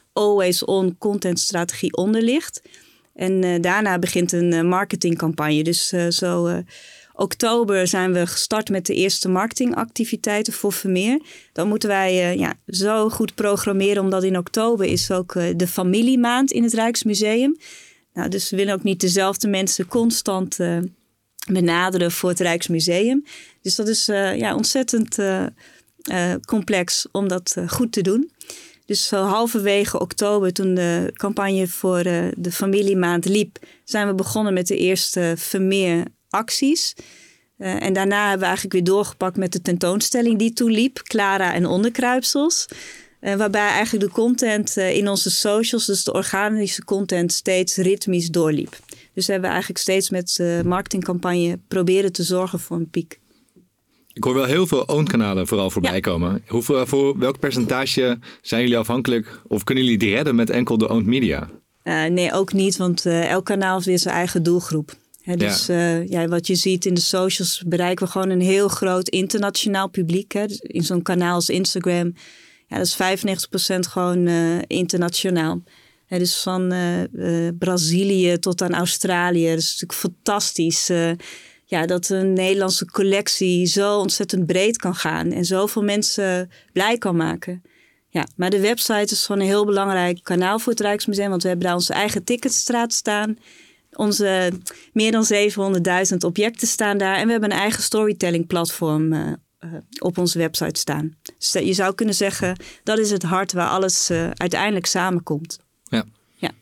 always-on contentstrategie onder ligt. En uh, daarna begint een uh, marketingcampagne. Dus uh, zo uh, oktober zijn we gestart met de eerste marketingactiviteiten voor Vermeer. Dan moeten wij uh, ja, zo goed programmeren, omdat in oktober is ook uh, de familiemaand in het Rijksmuseum. Nou, dus we willen ook niet dezelfde mensen constant uh, benaderen voor het Rijksmuseum. Dus dat is uh, ja, ontzettend uh, uh, complex om dat uh, goed te doen. Dus zo halverwege oktober, toen de campagne voor uh, de familiemaand liep, zijn we begonnen met de eerste Vermeer acties. Uh, en daarna hebben we eigenlijk weer doorgepakt met de tentoonstelling die toen liep, Clara en Onderkruipsels. Uh, waarbij eigenlijk de content uh, in onze socials, dus de organische content, steeds ritmisch doorliep. Dus hebben we eigenlijk steeds met de marketingcampagne proberen te zorgen voor een piek. Ik hoor wel heel veel owned kanalen vooral voorbij ja. komen. Hoeveel, voor welk percentage zijn jullie afhankelijk of kunnen jullie die redden met enkel de owned media? Uh, nee, ook niet, want uh, elk kanaal heeft weer zijn eigen doelgroep. He, dus ja. Uh, ja, wat je ziet in de socials bereiken we gewoon een heel groot internationaal publiek. Hè. In zo'n kanaal als Instagram, ja, dat is vijfennegentig procent gewoon uh, internationaal. He, dus van uh, uh, Brazilië tot aan Australië. Dat is natuurlijk fantastisch. Uh, ja, dat een Nederlandse collectie zo ontzettend breed kan gaan en zoveel mensen blij kan maken. Ja, maar de website is gewoon een heel belangrijk kanaal voor het Rijksmuseum, want we hebben daar onze eigen ticketstraat staan. Onze meer dan zevenhonderdduizend objecten staan daar. En we hebben een eigen storytelling platform uh, uh, op onze website staan. Dus je zou kunnen zeggen, dat is het hart waar alles uh, uiteindelijk samenkomt. Ja. ja.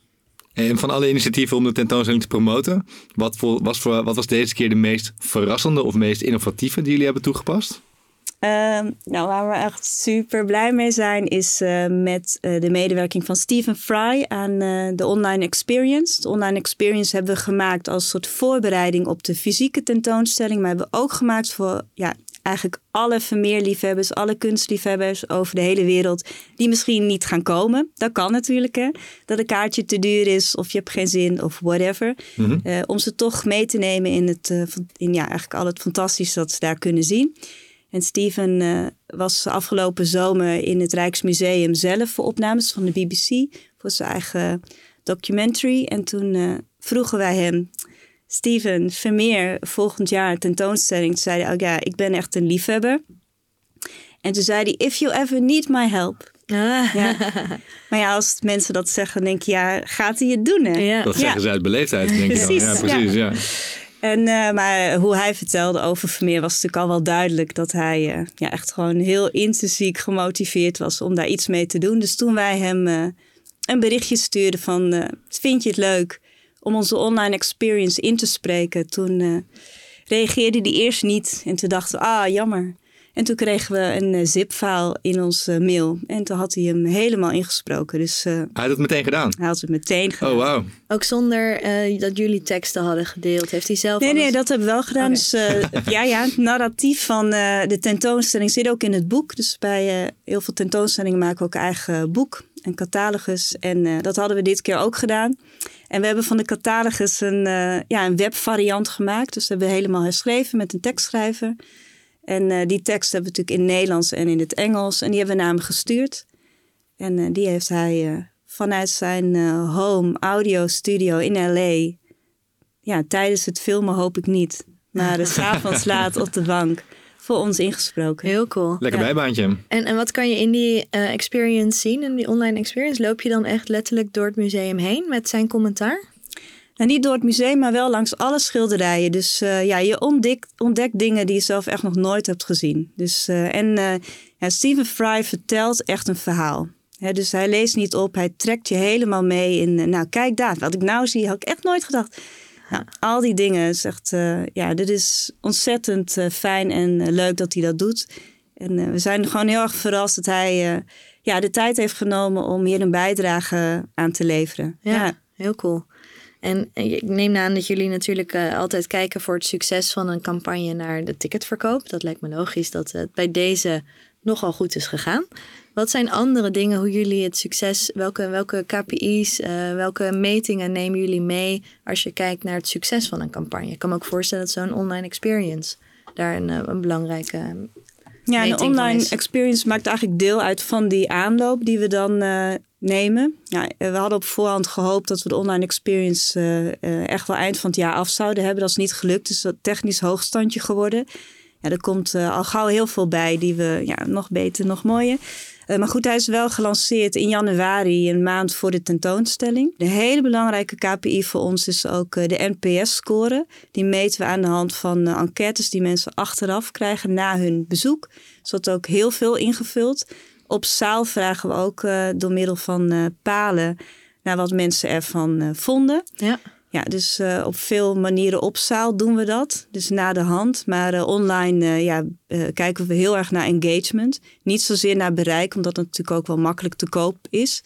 En van alle initiatieven om de tentoonstelling te promoten, wat, voor, was, voor, wat was deze keer de meest verrassende of meest innovatieve die jullie hebben toegepast? Uh, nou, waar we echt super blij mee zijn is uh, met uh, de medewerking van Stephen Fry aan uh, de online experience. De online experience hebben we gemaakt als soort voorbereiding op de fysieke tentoonstelling. Maar hebben we ook gemaakt voor ja, eigenlijk alle Vermeer-liefhebbers, alle kunstliefhebbers over de hele wereld die misschien niet gaan komen. Dat kan natuurlijk, hè. Dat een kaartje te duur is of je hebt geen zin of whatever. Mm-hmm. Uh, om ze toch mee te nemen in, het, uh, in ja, eigenlijk al het fantastische dat ze daar kunnen zien. En Steven uh, was afgelopen zomer in het Rijksmuseum zelf voor opnames van de B B C. Voor zijn eigen documentary. En toen uh, vroegen wij hem, Steven, Vermeer, volgend jaar tentoonstelling. Toen zei hij, oh ja, ik ben echt een liefhebber. En toen zei hij, if you ever need my help. Ah. Ja. Maar ja, als mensen dat zeggen, dan denk je, ja, gaat hij het doen? Hè? Ja. Dat zeggen ja. ze uit beleefdheid, denk ik dan. Precies, ja, precies, ja. ja. En, uh, maar hoe hij vertelde over Vermeer was natuurlijk al wel duidelijk dat hij uh, ja, echt gewoon heel intrinsiek gemotiveerd was om daar iets mee te doen. Dus toen wij hem uh, een berichtje stuurden van uh, vind je het leuk om onze online experience in te spreken, toen uh, reageerde hij eerst niet. En toen dachten we, ah jammer. En toen kregen we een uh, zip-file in onze mail. En toen had hij hem helemaal ingesproken. Dus, uh, hij had het meteen gedaan? Hij had het meteen gedaan. Oh, wow. Ook zonder uh, dat jullie teksten hadden gedeeld? Heeft hij zelf Nee, alles... nee, dat hebben we wel gedaan. Okay. Dus uh, ja, ja, het narratief van uh, de tentoonstelling zit ook in het boek. Dus bij uh, heel veel tentoonstellingen maken we ook een eigen boek. Een catalogus. En uh, dat hadden we dit keer ook gedaan. En we hebben van de catalogus een, uh, ja, een webvariant gemaakt. Dus dat hebben we helemaal herschreven met een tekstschrijver. En uh, die tekst hebben we natuurlijk in het Nederlands en in het Engels. En die hebben we naar hem gestuurd. En uh, die heeft hij uh, vanuit zijn uh, home audio studio in L A... Ja, tijdens het filmen hoop ik niet. Maar uh, 's avonds laat op de bank voor ons ingesproken. Heel cool. Lekker ja. bijbaantje. En, en wat kan je in die uh, experience zien, in die online experience? Loop je dan echt letterlijk door het museum heen met zijn commentaar? Nou, niet door het museum, maar wel langs alle schilderijen. Dus uh, ja, je ontdekt, ontdekt dingen die je zelf echt nog nooit hebt gezien. Dus, uh, en uh, ja, Stephen Fry vertelt echt een verhaal. He, dus hij leest niet op, hij trekt je helemaal mee in... Uh, nou, kijk daar, wat ik nou zie, had ik echt nooit gedacht. Nou, al die dingen, zegt, uh, ja, dit is ontzettend uh, fijn en uh, leuk dat hij dat doet. En uh, we zijn gewoon heel erg verrast dat hij uh, ja, de tijd heeft genomen om hier een bijdrage aan te leveren. Ja, ja. Heel cool. En ik neem aan dat jullie natuurlijk uh, altijd kijken voor het succes van een campagne naar de ticketverkoop. Dat lijkt me logisch dat het bij deze nogal goed is gegaan. Wat zijn andere dingen, hoe jullie het succes, welke, welke K P I's, uh, welke metingen nemen jullie mee als je kijkt naar het succes van een campagne? Ik kan me ook voorstellen dat zo'n online experience daar een, een belangrijke Ja, en de meting van online is. experience maakt eigenlijk deel uit van die aanloop die we dan uh, nemen. Ja, we hadden op voorhand gehoopt dat we de online experience uh, uh, echt wel eind van het jaar af zouden hebben. Dat is niet gelukt, dus dat technisch hoogstandje geworden. Ja, er komt uh, al gauw heel veel bij die we ja, nog beter, nog mooier. Uh, maar goed, hij is wel gelanceerd in januari, een maand voor de tentoonstelling. De hele belangrijke K P I voor ons is ook uh, de N P S-score. Die meten we aan de hand van uh, enquêtes die mensen achteraf krijgen na hun bezoek. Dus dat ook heel veel ingevuld. Op zaal vragen we ook uh, door middel van uh, palen naar wat mensen ervan uh, vonden. Ja. Ja, dus uh, op veel manieren op zaal doen we dat. Dus na de hand. Maar uh, online uh, ja, uh, kijken we heel erg naar engagement. Niet zozeer naar bereik, omdat het natuurlijk ook wel makkelijk te koop is.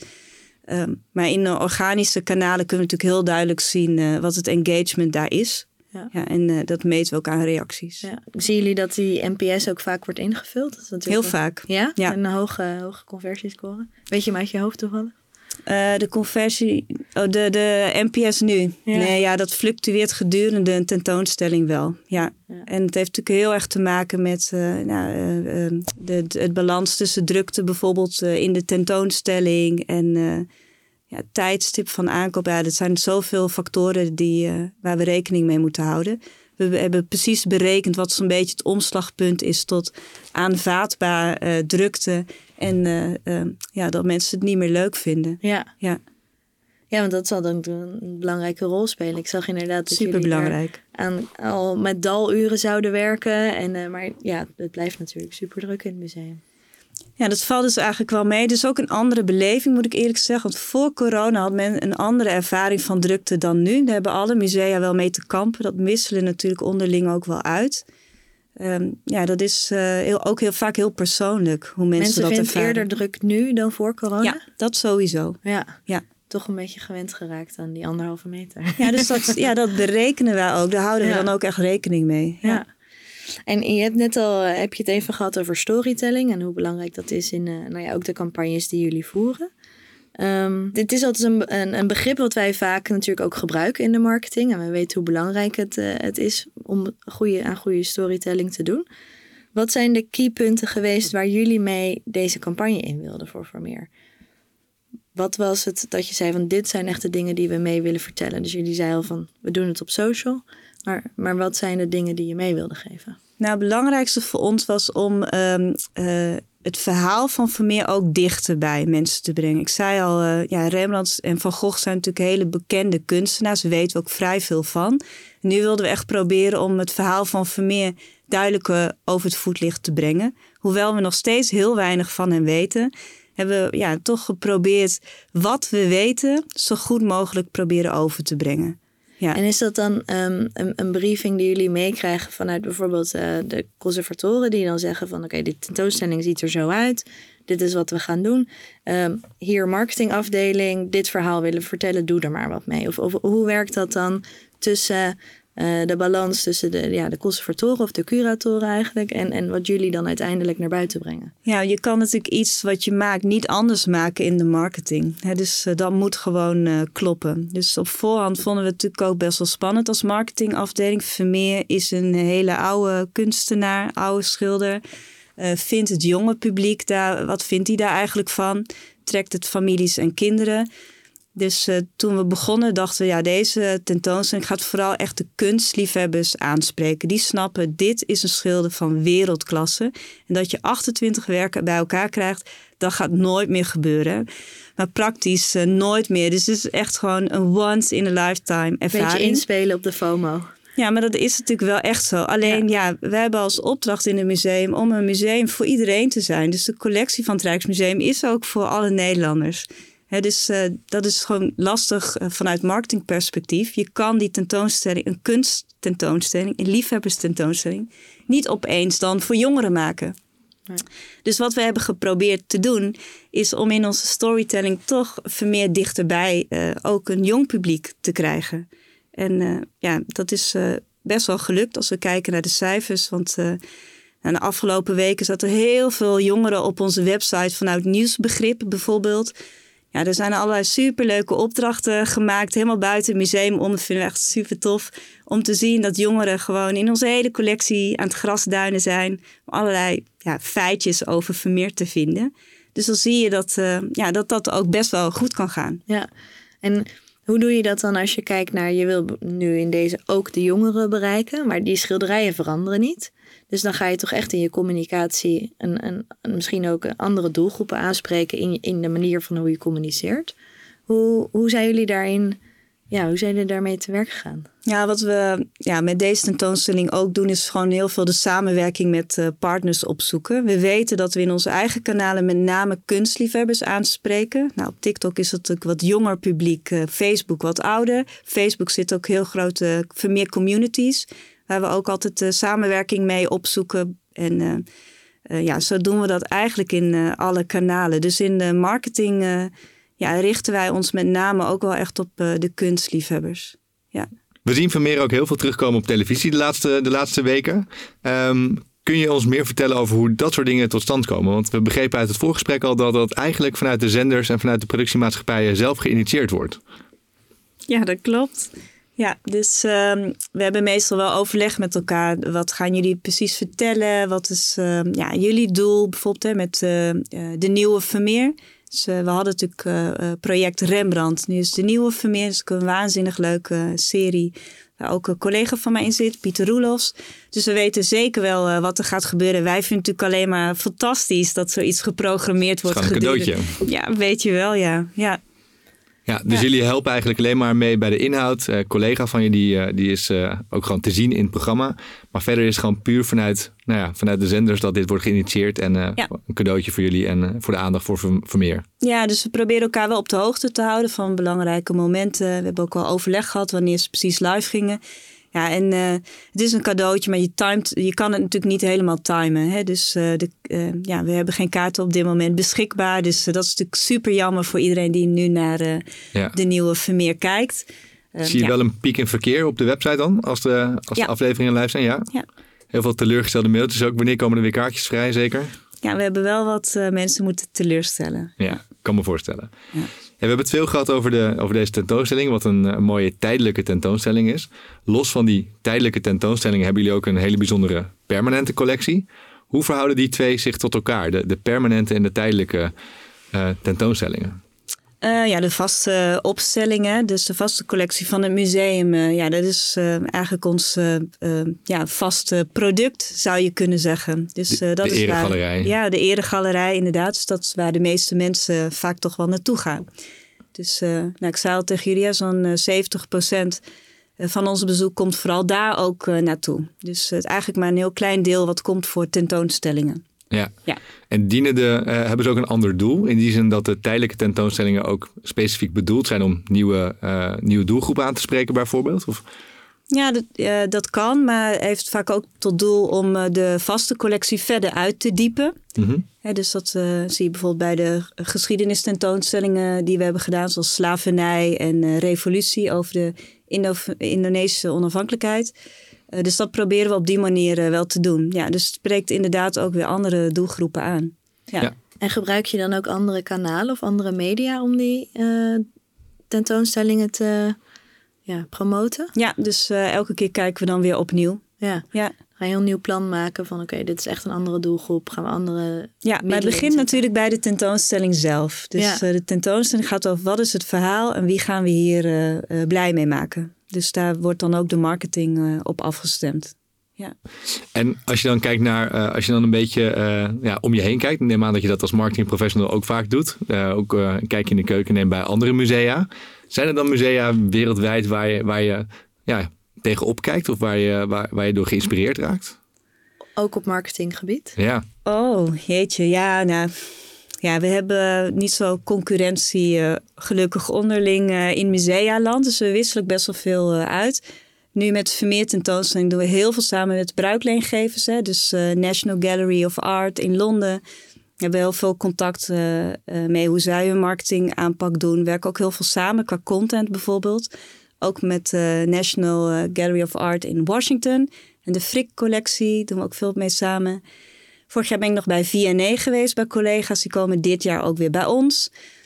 Um, maar in uh, organische kanalen kunnen we natuurlijk heel duidelijk zien uh, wat het engagement daar is. Ja. Ja, en uh, dat meten we ook aan reacties. Ja. Zien jullie dat die N P S ook vaak wordt ingevuld? Dat is natuurlijk heel wel... vaak. Ja? Ja. En een hoge, hoge conversiescore? Weet je hem uit je hoofd toevallig? Uh, de conversie, oh, de, de N P S nu. Ja. Nee, ja, dat fluctueert gedurende een tentoonstelling wel. Ja. Ja. En het heeft natuurlijk heel erg te maken met uh, nou, uh, uh, de, de, het balans tussen drukte bijvoorbeeld uh, in de tentoonstelling en uh, ja, tijdstip van aankoop. Ja, dat zijn zoveel factoren die, uh, waar we rekening mee moeten houden. We hebben precies berekend wat zo'n beetje het omslagpunt is tot aanvaardbaar uh, drukte. En uh, uh, ja, dat mensen het niet meer leuk vinden. Ja, ja. ja want dat zal dan een belangrijke rol spelen. Ik zag inderdaad dat superbelangrijk. jullie aan, al met daluren zouden werken. En, uh, maar ja, het blijft natuurlijk super druk in het museum. Ja, dat valt dus eigenlijk wel mee. Dus ook een andere beleving, moet ik eerlijk zeggen. Want voor corona had men een andere ervaring van drukte dan nu. Daar hebben alle musea wel mee te kampen. Dat wisselen natuurlijk onderling ook wel uit. Um, ja, dat is uh, heel, ook heel vaak heel persoonlijk hoe mensen, mensen dat ervaren. Mensen vinden het eerder druk nu dan voor corona? Ja, dat sowieso. Ja, ja. Toch een beetje gewend geraakt aan die anderhalve meter. Ja, dus dat, ja, dat berekenen wij ook. Daar houden we ja. dan ook echt rekening mee. Ja. ja. En je hebt net al, heb je het even gehad over storytelling en hoe belangrijk dat is in uh, nou ja, ook de campagnes die jullie voeren. Um, dit is altijd een, een, een begrip wat wij vaak natuurlijk ook gebruiken in de marketing. En we weten hoe belangrijk het, uh, het is om goede, aan goede storytelling te doen. Wat zijn de keypunten geweest waar jullie mee deze campagne in wilden voor Vermeer? Wat was het dat je zei van dit zijn echt de dingen die we mee willen vertellen? Dus jullie zeiden al van we doen het op social. Maar, maar wat zijn de dingen die je mee wilde geven? Nou, het belangrijkste voor ons was om um, uh, het verhaal van Vermeer ook dichter bij mensen te brengen. Ik zei al, uh, ja, Rembrandt en Van Gogh zijn natuurlijk hele bekende kunstenaars. Daar weten we ook vrij veel van. En nu wilden we echt proberen om het verhaal van Vermeer duidelijker over het voetlicht te brengen. Hoewel we nog steeds heel weinig van hem weten, hebben we ja, toch geprobeerd wat we weten zo goed mogelijk proberen over te brengen. Ja. En is dat dan um, een, een briefing die jullie meekrijgen vanuit bijvoorbeeld uh, de conservatoren die dan zeggen van oké, okay, die tentoonstelling ziet er zo uit. Dit is wat we gaan doen. Um, hier marketingafdeling, dit verhaal willen we vertellen, doe er maar wat mee. Of, of hoe werkt dat dan tussen uh, de balans tussen de, ja, de conservatoren of de curatoren eigenlijk en, en wat jullie dan uiteindelijk naar buiten brengen? Ja, je kan natuurlijk iets wat je maakt niet anders maken in de marketing. He, dus uh, dat moet gewoon uh, kloppen. Dus op voorhand vonden we het natuurlijk ook best wel spannend als marketingafdeling. Vermeer is een hele oude kunstenaar, oude schilder. Uh, vindt het jonge publiek daar, wat vindt hij daar eigenlijk van? Trekt het families en kinderen? Dus uh, toen we begonnen dachten we, ja, deze tentoonstelling gaat vooral echt de kunstliefhebbers aanspreken. Die snappen, dit is een schilder van wereldklasse. En dat je achtentwintig werken bij elkaar krijgt, dat gaat nooit meer gebeuren. Maar praktisch uh, nooit meer. Dus het is echt gewoon een once in a lifetime ervaring. Beetje inspelen op de FOMO. Ja, maar dat is natuurlijk wel echt zo. Alleen ja, ja we hebben als opdracht in het museum om een museum voor iedereen te zijn. Dus de collectie van het Rijksmuseum is ook voor alle Nederlanders. He, dus uh, dat is gewoon lastig uh, vanuit marketingperspectief. Je kan die tentoonstelling, een kunsttentoonstelling, een liefhebberstentoonstelling, niet opeens dan voor jongeren maken. Nee. Dus wat we hebben geprobeerd te doen, is om in onze storytelling toch Vermeer dichterbij uh, ook een jong publiek te krijgen. En uh, ja, dat is uh, best wel gelukt als we kijken naar de cijfers. Want uh, nou, de afgelopen weken zaten heel veel jongeren op onze website vanuit Nieuwsbegrip bijvoorbeeld. Ja, er zijn allerlei superleuke opdrachten gemaakt. Helemaal buiten het museum om. Dat vinden we echt super tof. Om te zien dat jongeren gewoon in onze hele collectie aan het grasduinen zijn. Om allerlei ja, feitjes over Vermeer te vinden. Dus dan zie je dat, uh, ja, dat dat ook best wel goed kan gaan. Ja, en hoe doe je dat dan als je kijkt naar... Je wil nu in deze ook de jongeren bereiken. Maar die schilderijen veranderen niet. Dus dan ga je toch echt in je communicatie... en, en, en misschien ook andere doelgroepen aanspreken... in, in de manier van hoe je communiceert. Hoe, hoe zijn jullie daarin... Ja, hoe zijn jullie daarmee te werk gegaan? Ja, wat we ja, met deze tentoonstelling ook doen... is gewoon heel veel de samenwerking met uh, partners opzoeken. We weten dat we in onze eigen kanalen... met name kunstliefhebbers aanspreken. Nou, op TikTok is het natuurlijk wat jonger publiek. Uh, Facebook wat ouder. Facebook zit ook heel grote Vermeer communities... waar we ook altijd uh, samenwerking mee opzoeken. En uh, uh, ja, zo doen we dat eigenlijk in uh, alle kanalen. Dus in de marketing... Uh, Ja, richten wij ons met name ook wel echt op uh, de kunstliefhebbers. Ja. We zien Vermeer ook heel veel terugkomen op televisie de laatste, de laatste weken. Um, kun je ons meer vertellen over hoe dat soort dingen tot stand komen? Want we begrepen uit het voorgesprek al dat dat eigenlijk vanuit de zenders en vanuit de productiemaatschappijen zelf geïnitieerd wordt. Ja, dat klopt. Ja, dus um, we hebben meestal wel overleg met elkaar. Wat gaan jullie precies vertellen? Wat is uh, ja, jullie doel bijvoorbeeld hè, met uh, uh, de nieuwe Vermeer? Dus, uh, we hadden natuurlijk uh, project Rembrandt. Nu is de nieuwe Vermeer. Dus een waanzinnig leuke serie. Waar ook een collega van mij in zit, Pieter Roelofs. Dus we weten zeker wel uh, wat er gaat gebeuren. Wij vinden het natuurlijk alleen maar fantastisch dat zoiets geprogrammeerd wordt. Het is gewoon een cadeautje. Ja, weet je wel, ja. ja. Ja, dus ja. jullie helpen eigenlijk alleen maar mee bij de inhoud. Uh, collega van je, die, uh, die is uh, ook gewoon te zien in het programma. Maar verder is het gewoon puur vanuit, nou ja, vanuit de zenders dat dit wordt geïnitieerd. En uh, ja. een cadeautje voor jullie en uh, voor de aandacht voor Vermeer. Ja, dus we proberen elkaar wel op de hoogte te houden van belangrijke momenten. We hebben ook al overleg gehad wanneer ze precies live gingen. Ja, en uh, het is een cadeautje, maar je, timed, je kan het natuurlijk niet helemaal timen. Hè? Dus uh, de, uh, ja, we hebben geen kaarten op dit moment beschikbaar. Dus uh, dat is natuurlijk super jammer voor iedereen die nu naar uh, ja. de nieuwe Vermeer kijkt. Uh, Zie je ja. wel een piek in verkeer op de website dan, als de, als ja. de afleveringen live zijn? Ja. ja. Heel veel teleurgestelde mailtjes ook. Wanneer komen er weer kaartjes vrij, zeker? Ja, we hebben wel wat uh, mensen moeten teleurstellen. Ja, kan me voorstellen. Ja. Ja, we hebben het veel gehad over, de, over deze tentoonstelling, wat een, een mooie tijdelijke tentoonstelling is. Los van die tijdelijke tentoonstelling hebben jullie ook een hele bijzondere permanente collectie. Hoe verhouden die twee zich tot elkaar, de, de permanente en de tijdelijke uh, tentoonstellingen? Uh, ja, de vaste opstellingen, dus de vaste collectie van het museum. Uh, ja, dat is uh, eigenlijk ons uh, uh, ja, vaste product, zou je kunnen zeggen. Dus, uh, dat de is eregalerij. Waar, ja, de eregalerij inderdaad. Dus dat is waar de meeste mensen vaak toch wel naartoe gaan. Dus uh, nou, ik zei al tegen jullie, ja, zo'n uh, zeventig procent van ons bezoek komt vooral daar ook uh, naartoe. Dus het uh, is eigenlijk maar een heel klein deel wat komt voor tentoonstellingen. Ja. ja, en dienen de, uh, hebben ze ook een ander doel? In die zin dat de tijdelijke tentoonstellingen ook specifiek bedoeld zijn om nieuwe, uh, nieuwe doelgroepen aan te spreken bijvoorbeeld? Of? Ja, dat, uh, dat kan, maar heeft vaak ook tot doel om uh, de vaste collectie verder uit te diepen. Mm-hmm. He, dus dat uh, zie je bijvoorbeeld bij de geschiedenistentoonstellingen die we hebben gedaan, zoals slavernij en uh, revolutie over de Indo- Indonesische onafhankelijkheid. Uh, dus dat proberen we op die manier uh, wel te doen. Ja, dus het spreekt inderdaad ook weer andere doelgroepen aan. Ja. Ja. En gebruik je dan ook andere kanalen of andere media om die uh, tentoonstellingen te ja, promoten? Ja, dus uh, elke keer kijken we dan weer opnieuw. Ja. Ja. Ga je een heel nieuw plan maken van oké, okay, dit is echt een andere doelgroep. Gaan we andere... Ja, maar het begint natuurlijk bij de tentoonstelling zelf. Dus ja. uh, de tentoonstelling gaat over wat is het verhaal en wie gaan we hier uh, uh, blij mee maken. Dus daar wordt dan ook de marketing uh, op afgestemd. Ja. En als je dan kijkt naar, uh, als je dan een beetje uh, ja, om je heen kijkt, neem aan dat je dat als marketingprofessional ook vaak doet. Uh, ook uh, een kijkje in de keuken neemt bij andere musea. Zijn er dan musea wereldwijd waar je, waar je ja, tegenop kijkt of waar je, waar, waar je door geïnspireerd raakt? Ook op marketinggebied? Ja. Oh, jeetje, ja, nou... Ja, we hebben niet zo concurrentie uh, gelukkig onderling uh, in musealand. Dus we wisselen best wel veel uh, uit. Nu met Vermeer tentoonstelling doen we heel veel samen met bruikleengevers. Hè? Dus uh, National Gallery of Art in Londen. We hebben heel veel contact uh, uh, mee hoe zij hun marketing aanpak doen. We werken ook heel veel samen qua content bijvoorbeeld. Ook met de uh, National uh, Gallery of Art in Washington. En de Frick collectie doen we ook veel mee samen. Vorig jaar ben ik nog bij V en A geweest bij collega's. Die komen dit jaar ook weer bij ons.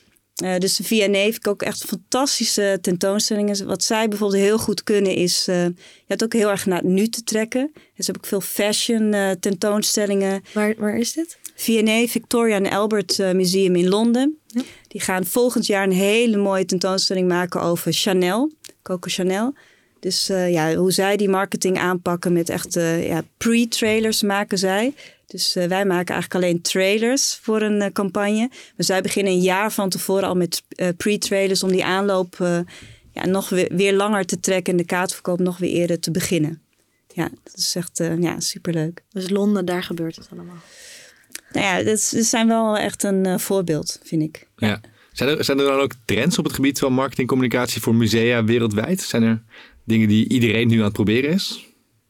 Uh, dus de V N A heeft ik ook echt fantastische tentoonstellingen. Wat zij bijvoorbeeld heel goed kunnen is... Uh, je hebt ook heel erg naar het nu te trekken. Dus heb ik veel fashion uh, tentoonstellingen. Waar, waar is dit? V N A, Victoria and Albert uh, Museum in Londen. Ja. Die gaan volgend jaar een hele mooie tentoonstelling maken over Chanel. Coco Chanel. Dus uh, ja, hoe zij die marketing aanpakken met echt uh, ja, pre-trailers maken zij. Dus uh, wij maken eigenlijk alleen trailers voor een uh, campagne. Maar zij beginnen een jaar van tevoren al met uh, pre-trailers... om die aanloop uh, ja, nog weer, weer langer te trekken... en de kaartverkoop nog weer eerder te beginnen. Ja, dat is echt uh, ja, superleuk. Dus Londen, daar gebeurt het allemaal. Nou ja, dat, dat zijn wel echt een uh, voorbeeld, vind ik. Ja. Ja. Zijn, er, zijn er dan ook trends op het gebied van marketingcommunicatie... voor musea wereldwijd? Zijn er dingen die iedereen nu aan het proberen is?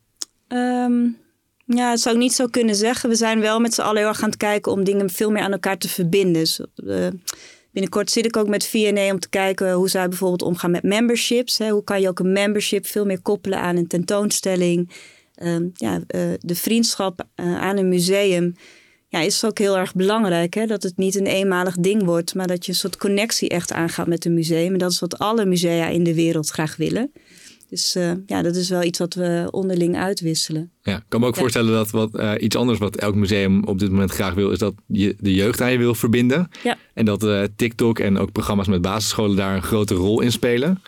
Um, ja, dat zou ik niet zo kunnen zeggen. We zijn wel met z'n allen heel erg aan het kijken... om dingen veel meer aan elkaar te verbinden. Dus, uh, binnenkort zit ik ook met V N A om te kijken... hoe zij bijvoorbeeld omgaan met memberships. Hè. Hoe kan je ook een membership veel meer koppelen aan een tentoonstelling? Um, ja, uh, de vriendschap uh, aan een museum... Ja, is ook heel erg belangrijk. Hè? Dat het niet een eenmalig ding wordt... maar dat je een soort connectie echt aangaat met een museum. En dat is wat alle musea in de wereld graag willen. Dus uh, ja, dat is wel iets wat we onderling uitwisselen. Ja, ik kan me ook ja. voorstellen dat wat, uh, iets anders wat elk museum op dit moment graag wil... is dat je de jeugd aan je wil verbinden. Ja. En dat uh, TikTok en ook programma's met basisscholen daar een grote rol in spelen.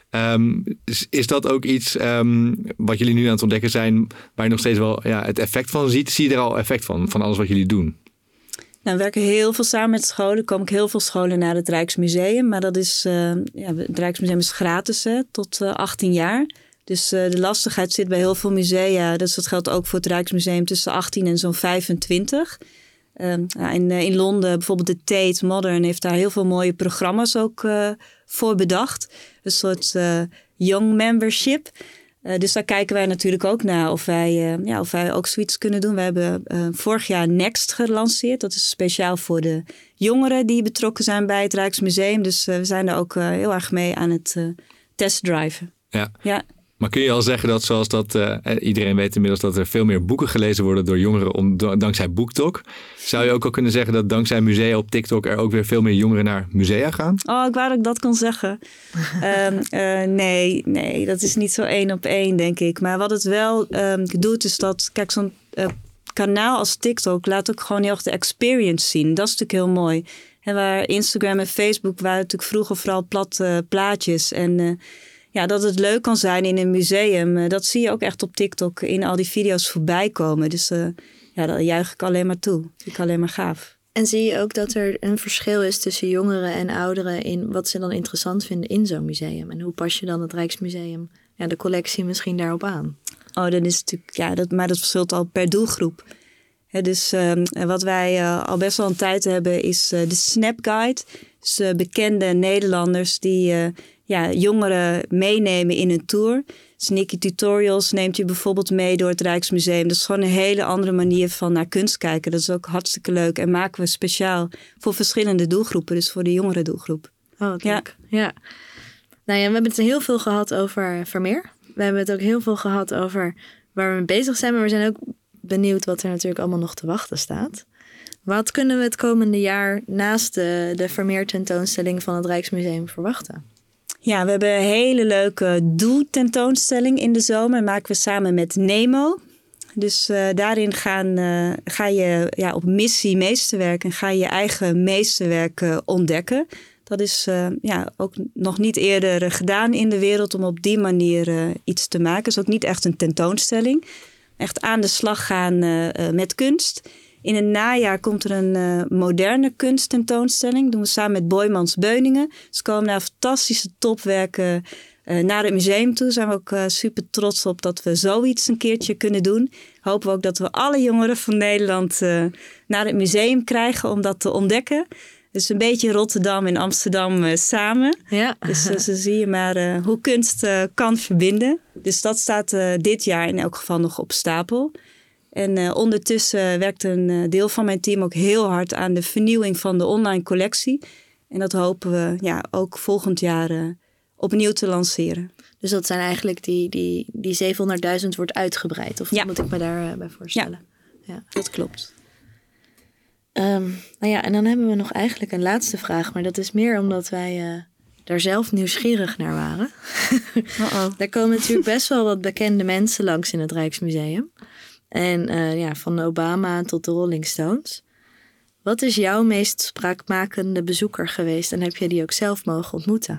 Um, is, is dat ook iets um, wat jullie nu aan het ontdekken zijn... waar je nog steeds wel ja, het effect van ziet? Zie je er al effect van, van alles wat jullie doen? Nou, we werken heel veel samen met scholen. Er komen ook heel veel scholen naar het Rijksmuseum. Maar dat is, uh, ja, het Rijksmuseum is gratis hè, tot uh, achttien jaar. Dus uh, de lastigheid zit bij heel veel musea. Dus dat geldt ook voor het Rijksmuseum tussen achttien en zo'n vijfentwintig. Uh, in, uh, in Londen bijvoorbeeld de Tate Modern heeft daar heel veel mooie programma's ook uh, voor bedacht. Een soort uh, young membership. Uh, dus daar kijken wij natuurlijk ook naar of wij, uh, ja, of wij ook zoiets kunnen doen. We hebben uh, vorig jaar Next gelanceerd. Dat is speciaal voor de jongeren die betrokken zijn bij het Rijksmuseum. Dus uh, we zijn daar ook uh, heel erg mee aan het uh, testdriven. Ja. ja. Maar kun je al zeggen dat zoals dat uh, iedereen weet inmiddels dat er veel meer boeken gelezen worden door jongeren om, dankzij BookTok. Zou je ook al kunnen zeggen dat dankzij musea op TikTok er ook weer veel meer jongeren naar musea gaan? Oh, ik wou dat ik dat kon zeggen. um, uh, nee, nee, dat is niet zo één op één denk ik. Maar wat het wel um, doet is dat, kijk, zo'n uh, kanaal als TikTok laat ook gewoon heel erg de experience zien. Dat is natuurlijk heel mooi. En waar Instagram en Facebook waren natuurlijk vroeger vooral platte plaatjes en... Uh, Ja, dat het leuk kan zijn in een museum. Dat zie je ook echt op TikTok in al die video's voorbij komen. Dus uh, ja, daar juich ik alleen maar toe. Dat vind ik alleen maar gaaf. En zie je ook dat er een verschil is tussen jongeren en ouderen... in wat ze dan interessant vinden in zo'n museum? En hoe pas je dan het Rijksmuseum, ja, de collectie misschien daarop aan? Oh, dat is natuurlijk, ja, dat, maar dat verschilt al per doelgroep. He, dus uh, wat wij uh, al best wel een tijd hebben is uh, de Snap Guide. Dus uh, bekende Nederlanders die... Uh, Ja, jongeren meenemen in een tour. Sneaky Tutorials neemt je bijvoorbeeld mee door het Rijksmuseum. Dat is gewoon een hele andere manier van naar kunst kijken. Dat is ook hartstikke leuk. En maken we speciaal voor verschillende doelgroepen. Dus voor de jongere doelgroep. Oh, wat ja. leuk. Ja. Nou ja, we hebben het heel veel gehad over Vermeer. We hebben het ook heel veel gehad over waar we mee bezig zijn. Maar we zijn ook benieuwd wat er natuurlijk allemaal nog te wachten staat. Wat kunnen we het komende jaar naast de, de Vermeer tentoonstelling van het Rijksmuseum verwachten? Ja, we hebben een hele leuke doe-tentoonstelling in de zomer. Maken we samen met Nemo. Dus uh, daarin gaan, uh, ga je ja, op missie meesterwerk en ga je je eigen meesterwerk uh, ontdekken. Dat is uh, ja, ook nog niet eerder gedaan in de wereld om op die manier uh, iets te maken. Het is ook niet echt een tentoonstelling. Echt aan de slag gaan uh, uh, met kunst. In het najaar komt er een uh, moderne kunsttentoonstelling. Dat doen we samen met Boijmans Beuningen. Ze komen daar fantastische topwerken uh, naar het museum toe. Daar zijn we ook uh, super trots op dat we zoiets een keertje kunnen doen. Hopen we ook dat we alle jongeren van Nederland uh, naar het museum krijgen om dat te ontdekken. Dus een beetje Rotterdam en Amsterdam uh, samen. Ja. Dus uh, zo zie je maar uh, hoe kunst uh, kan verbinden. Dus dat staat uh, dit jaar in elk geval nog op stapel. En uh, ondertussen werkt een uh, deel van mijn team ook heel hard aan de vernieuwing van de online collectie. En dat hopen we ja, ook volgend jaar uh, opnieuw te lanceren. Dus dat zijn eigenlijk die, die, die zevenhonderdduizend wordt uitgebreid? Of ja. Moet ik me daarbij uh, voorstellen? Ja, ja, dat klopt. Um, nou ja, en dan hebben we nog eigenlijk een laatste vraag. Maar dat is meer omdat wij uh, daar zelf nieuwsgierig naar waren. Uh-oh. Daar komen natuurlijk best wel wat bekende mensen langs in het Rijksmuseum. En uh, ja, van Obama tot de Rolling Stones. Wat is jouw meest spraakmakende bezoeker geweest? En heb je die ook zelf mogen ontmoeten?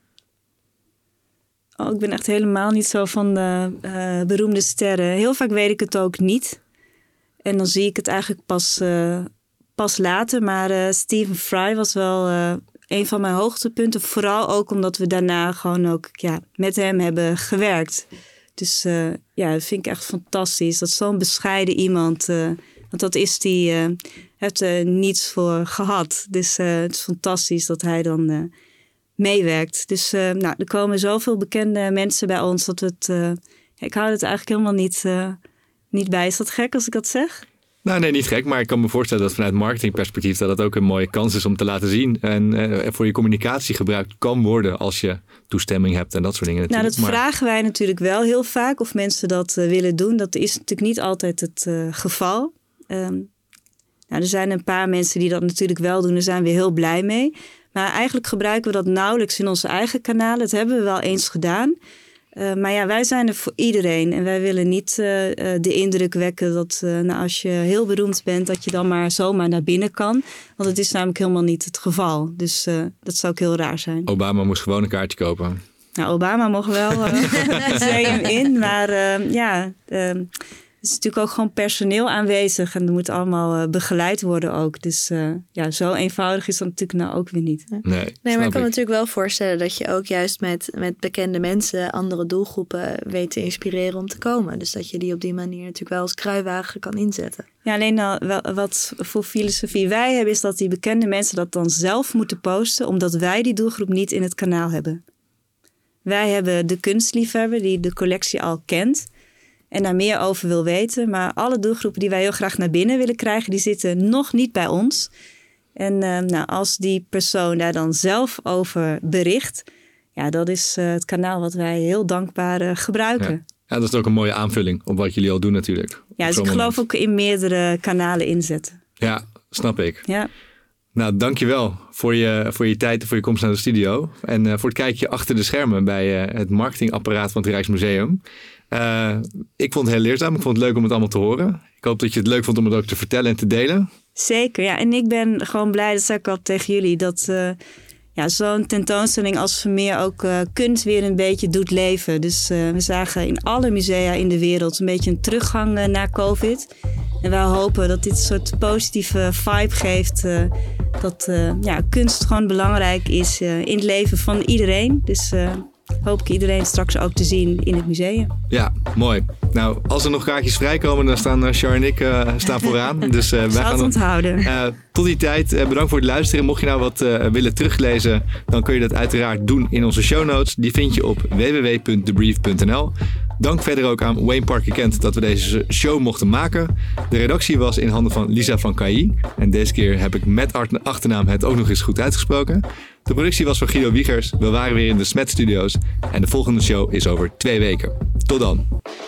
Oh, ik ben echt helemaal niet zo van de uh, beroemde sterren. Heel vaak weet ik het ook niet. En dan zie ik het eigenlijk pas, uh, pas later. Maar uh, Stephen Fry was wel uh, een van mijn hoogtepunten. Vooral ook omdat we daarna gewoon ook ja, met hem hebben gewerkt. Dus uh, ja, dat vind ik echt fantastisch. Dat zo'n bescheiden iemand... Uh, want dat is die... Uh, heeft er niets voor gehad. Dus uh, het is fantastisch dat hij dan... Uh, meewerkt. Dus uh, nou, er komen zoveel bekende mensen bij ons dat we het... Uh, ik hou het eigenlijk helemaal niet, uh, niet bij. Is dat gek als ik dat zeg? Nou, nee, niet gek. Maar ik kan me voorstellen dat vanuit marketingperspectief dat het ook een mooie kans is om te laten zien. En uh, voor je communicatie gebruikt kan worden als je toestemming hebt en dat soort dingen. Nou, dat maar... vragen wij natuurlijk wel heel vaak of mensen dat uh, willen doen. Dat is natuurlijk niet altijd het uh, geval. Um, nou, er zijn een paar mensen die dat natuurlijk wel doen. Daar zijn we heel blij mee. Maar eigenlijk gebruiken we dat nauwelijks in onze eigen kanalen. Dat hebben we wel eens gedaan. Uh, maar ja, wij zijn er voor iedereen. En wij willen niet uh, uh, de indruk wekken dat uh, nou, als je heel beroemd bent... dat je dan maar zomaar naar binnen kan. Want het is namelijk helemaal niet het geval. Dus uh, dat zou ook heel raar zijn. Obama moest gewoon een kaartje kopen. Nou, Obama mocht wel uh, het museum in. Maar uh, ja... Uh, Er is natuurlijk ook gewoon personeel aanwezig en er moet allemaal uh, begeleid worden ook. Dus uh, ja, zo eenvoudig is dat natuurlijk nou ook weer niet. Hè? Nee, nee, maar ik kan me natuurlijk wel voorstellen dat je ook juist met, met bekende mensen andere doelgroepen weet te inspireren om te komen. Dus dat je die op die manier natuurlijk wel als kruiwagen kan inzetten. Ja, alleen nou, wel, wat voor filosofie wij hebben is dat die bekende mensen dat dan zelf moeten posten, omdat wij die doelgroep niet in het kanaal hebben. Wij hebben de kunstliefhebber die de collectie al kent. En daar meer over wil weten. Maar alle doelgroepen die wij heel graag naar binnen willen krijgen... die zitten nog niet bij ons. En uh, nou, als die persoon daar dan zelf over bericht... ja, dat is uh, het kanaal wat wij heel dankbaar uh, gebruiken. Ja. ja, dat is ook een mooie aanvulling op wat jullie al doen natuurlijk. Ja, dus ik geloof ook in meerdere kanalen inzetten. Ja, snap ik. Ja. Nou, dankjewel voor je, voor je tijd en voor je komst naar de studio. En uh, voor het kijkje achter de schermen bij uh, het marketingapparaat van het Rijksmuseum. Uh, ik vond het heel leerzaam. Ik vond het leuk om het allemaal te horen. Ik hoop dat je het leuk vond om het ook te vertellen en te delen. Zeker, ja. En ik ben gewoon blij, dat zei ik al tegen jullie, dat uh, ja, zo'n tentoonstelling als Vermeer ook uh, kunst weer een beetje doet leven. Dus uh, we zagen in alle musea in de wereld een beetje een teruggang uh, na COVID. En wij hopen dat dit een soort positieve vibe geeft. Uh, dat uh, ja, kunst gewoon belangrijk is uh, in het leven van iedereen. Dus uh, hoop ik iedereen straks ook te zien in het museum. Ja, mooi. Nou, als er nog kaartjes vrijkomen, dan staan uh, Char en ik uh, staan vooraan. Dus uh, wij zal gaan het onthouden. Uh, tot die tijd, uh, bedankt voor het luisteren. Mocht je nou wat uh, willen teruglezen, dan kun je dat uiteraard doen in onze show notes. Die vind je op w w w punt the brief punt n l. Dank verder ook aan Wayne Parker Kent dat we deze show mochten maken. De redactie was in handen van Lisa van Cailly. En deze keer heb ik met achternaam het ook nog eens goed uitgesproken. De productie was van Guido Wiegers. We waren weer in de Smet Studios. En de volgende show is over twee weken. Tot dan.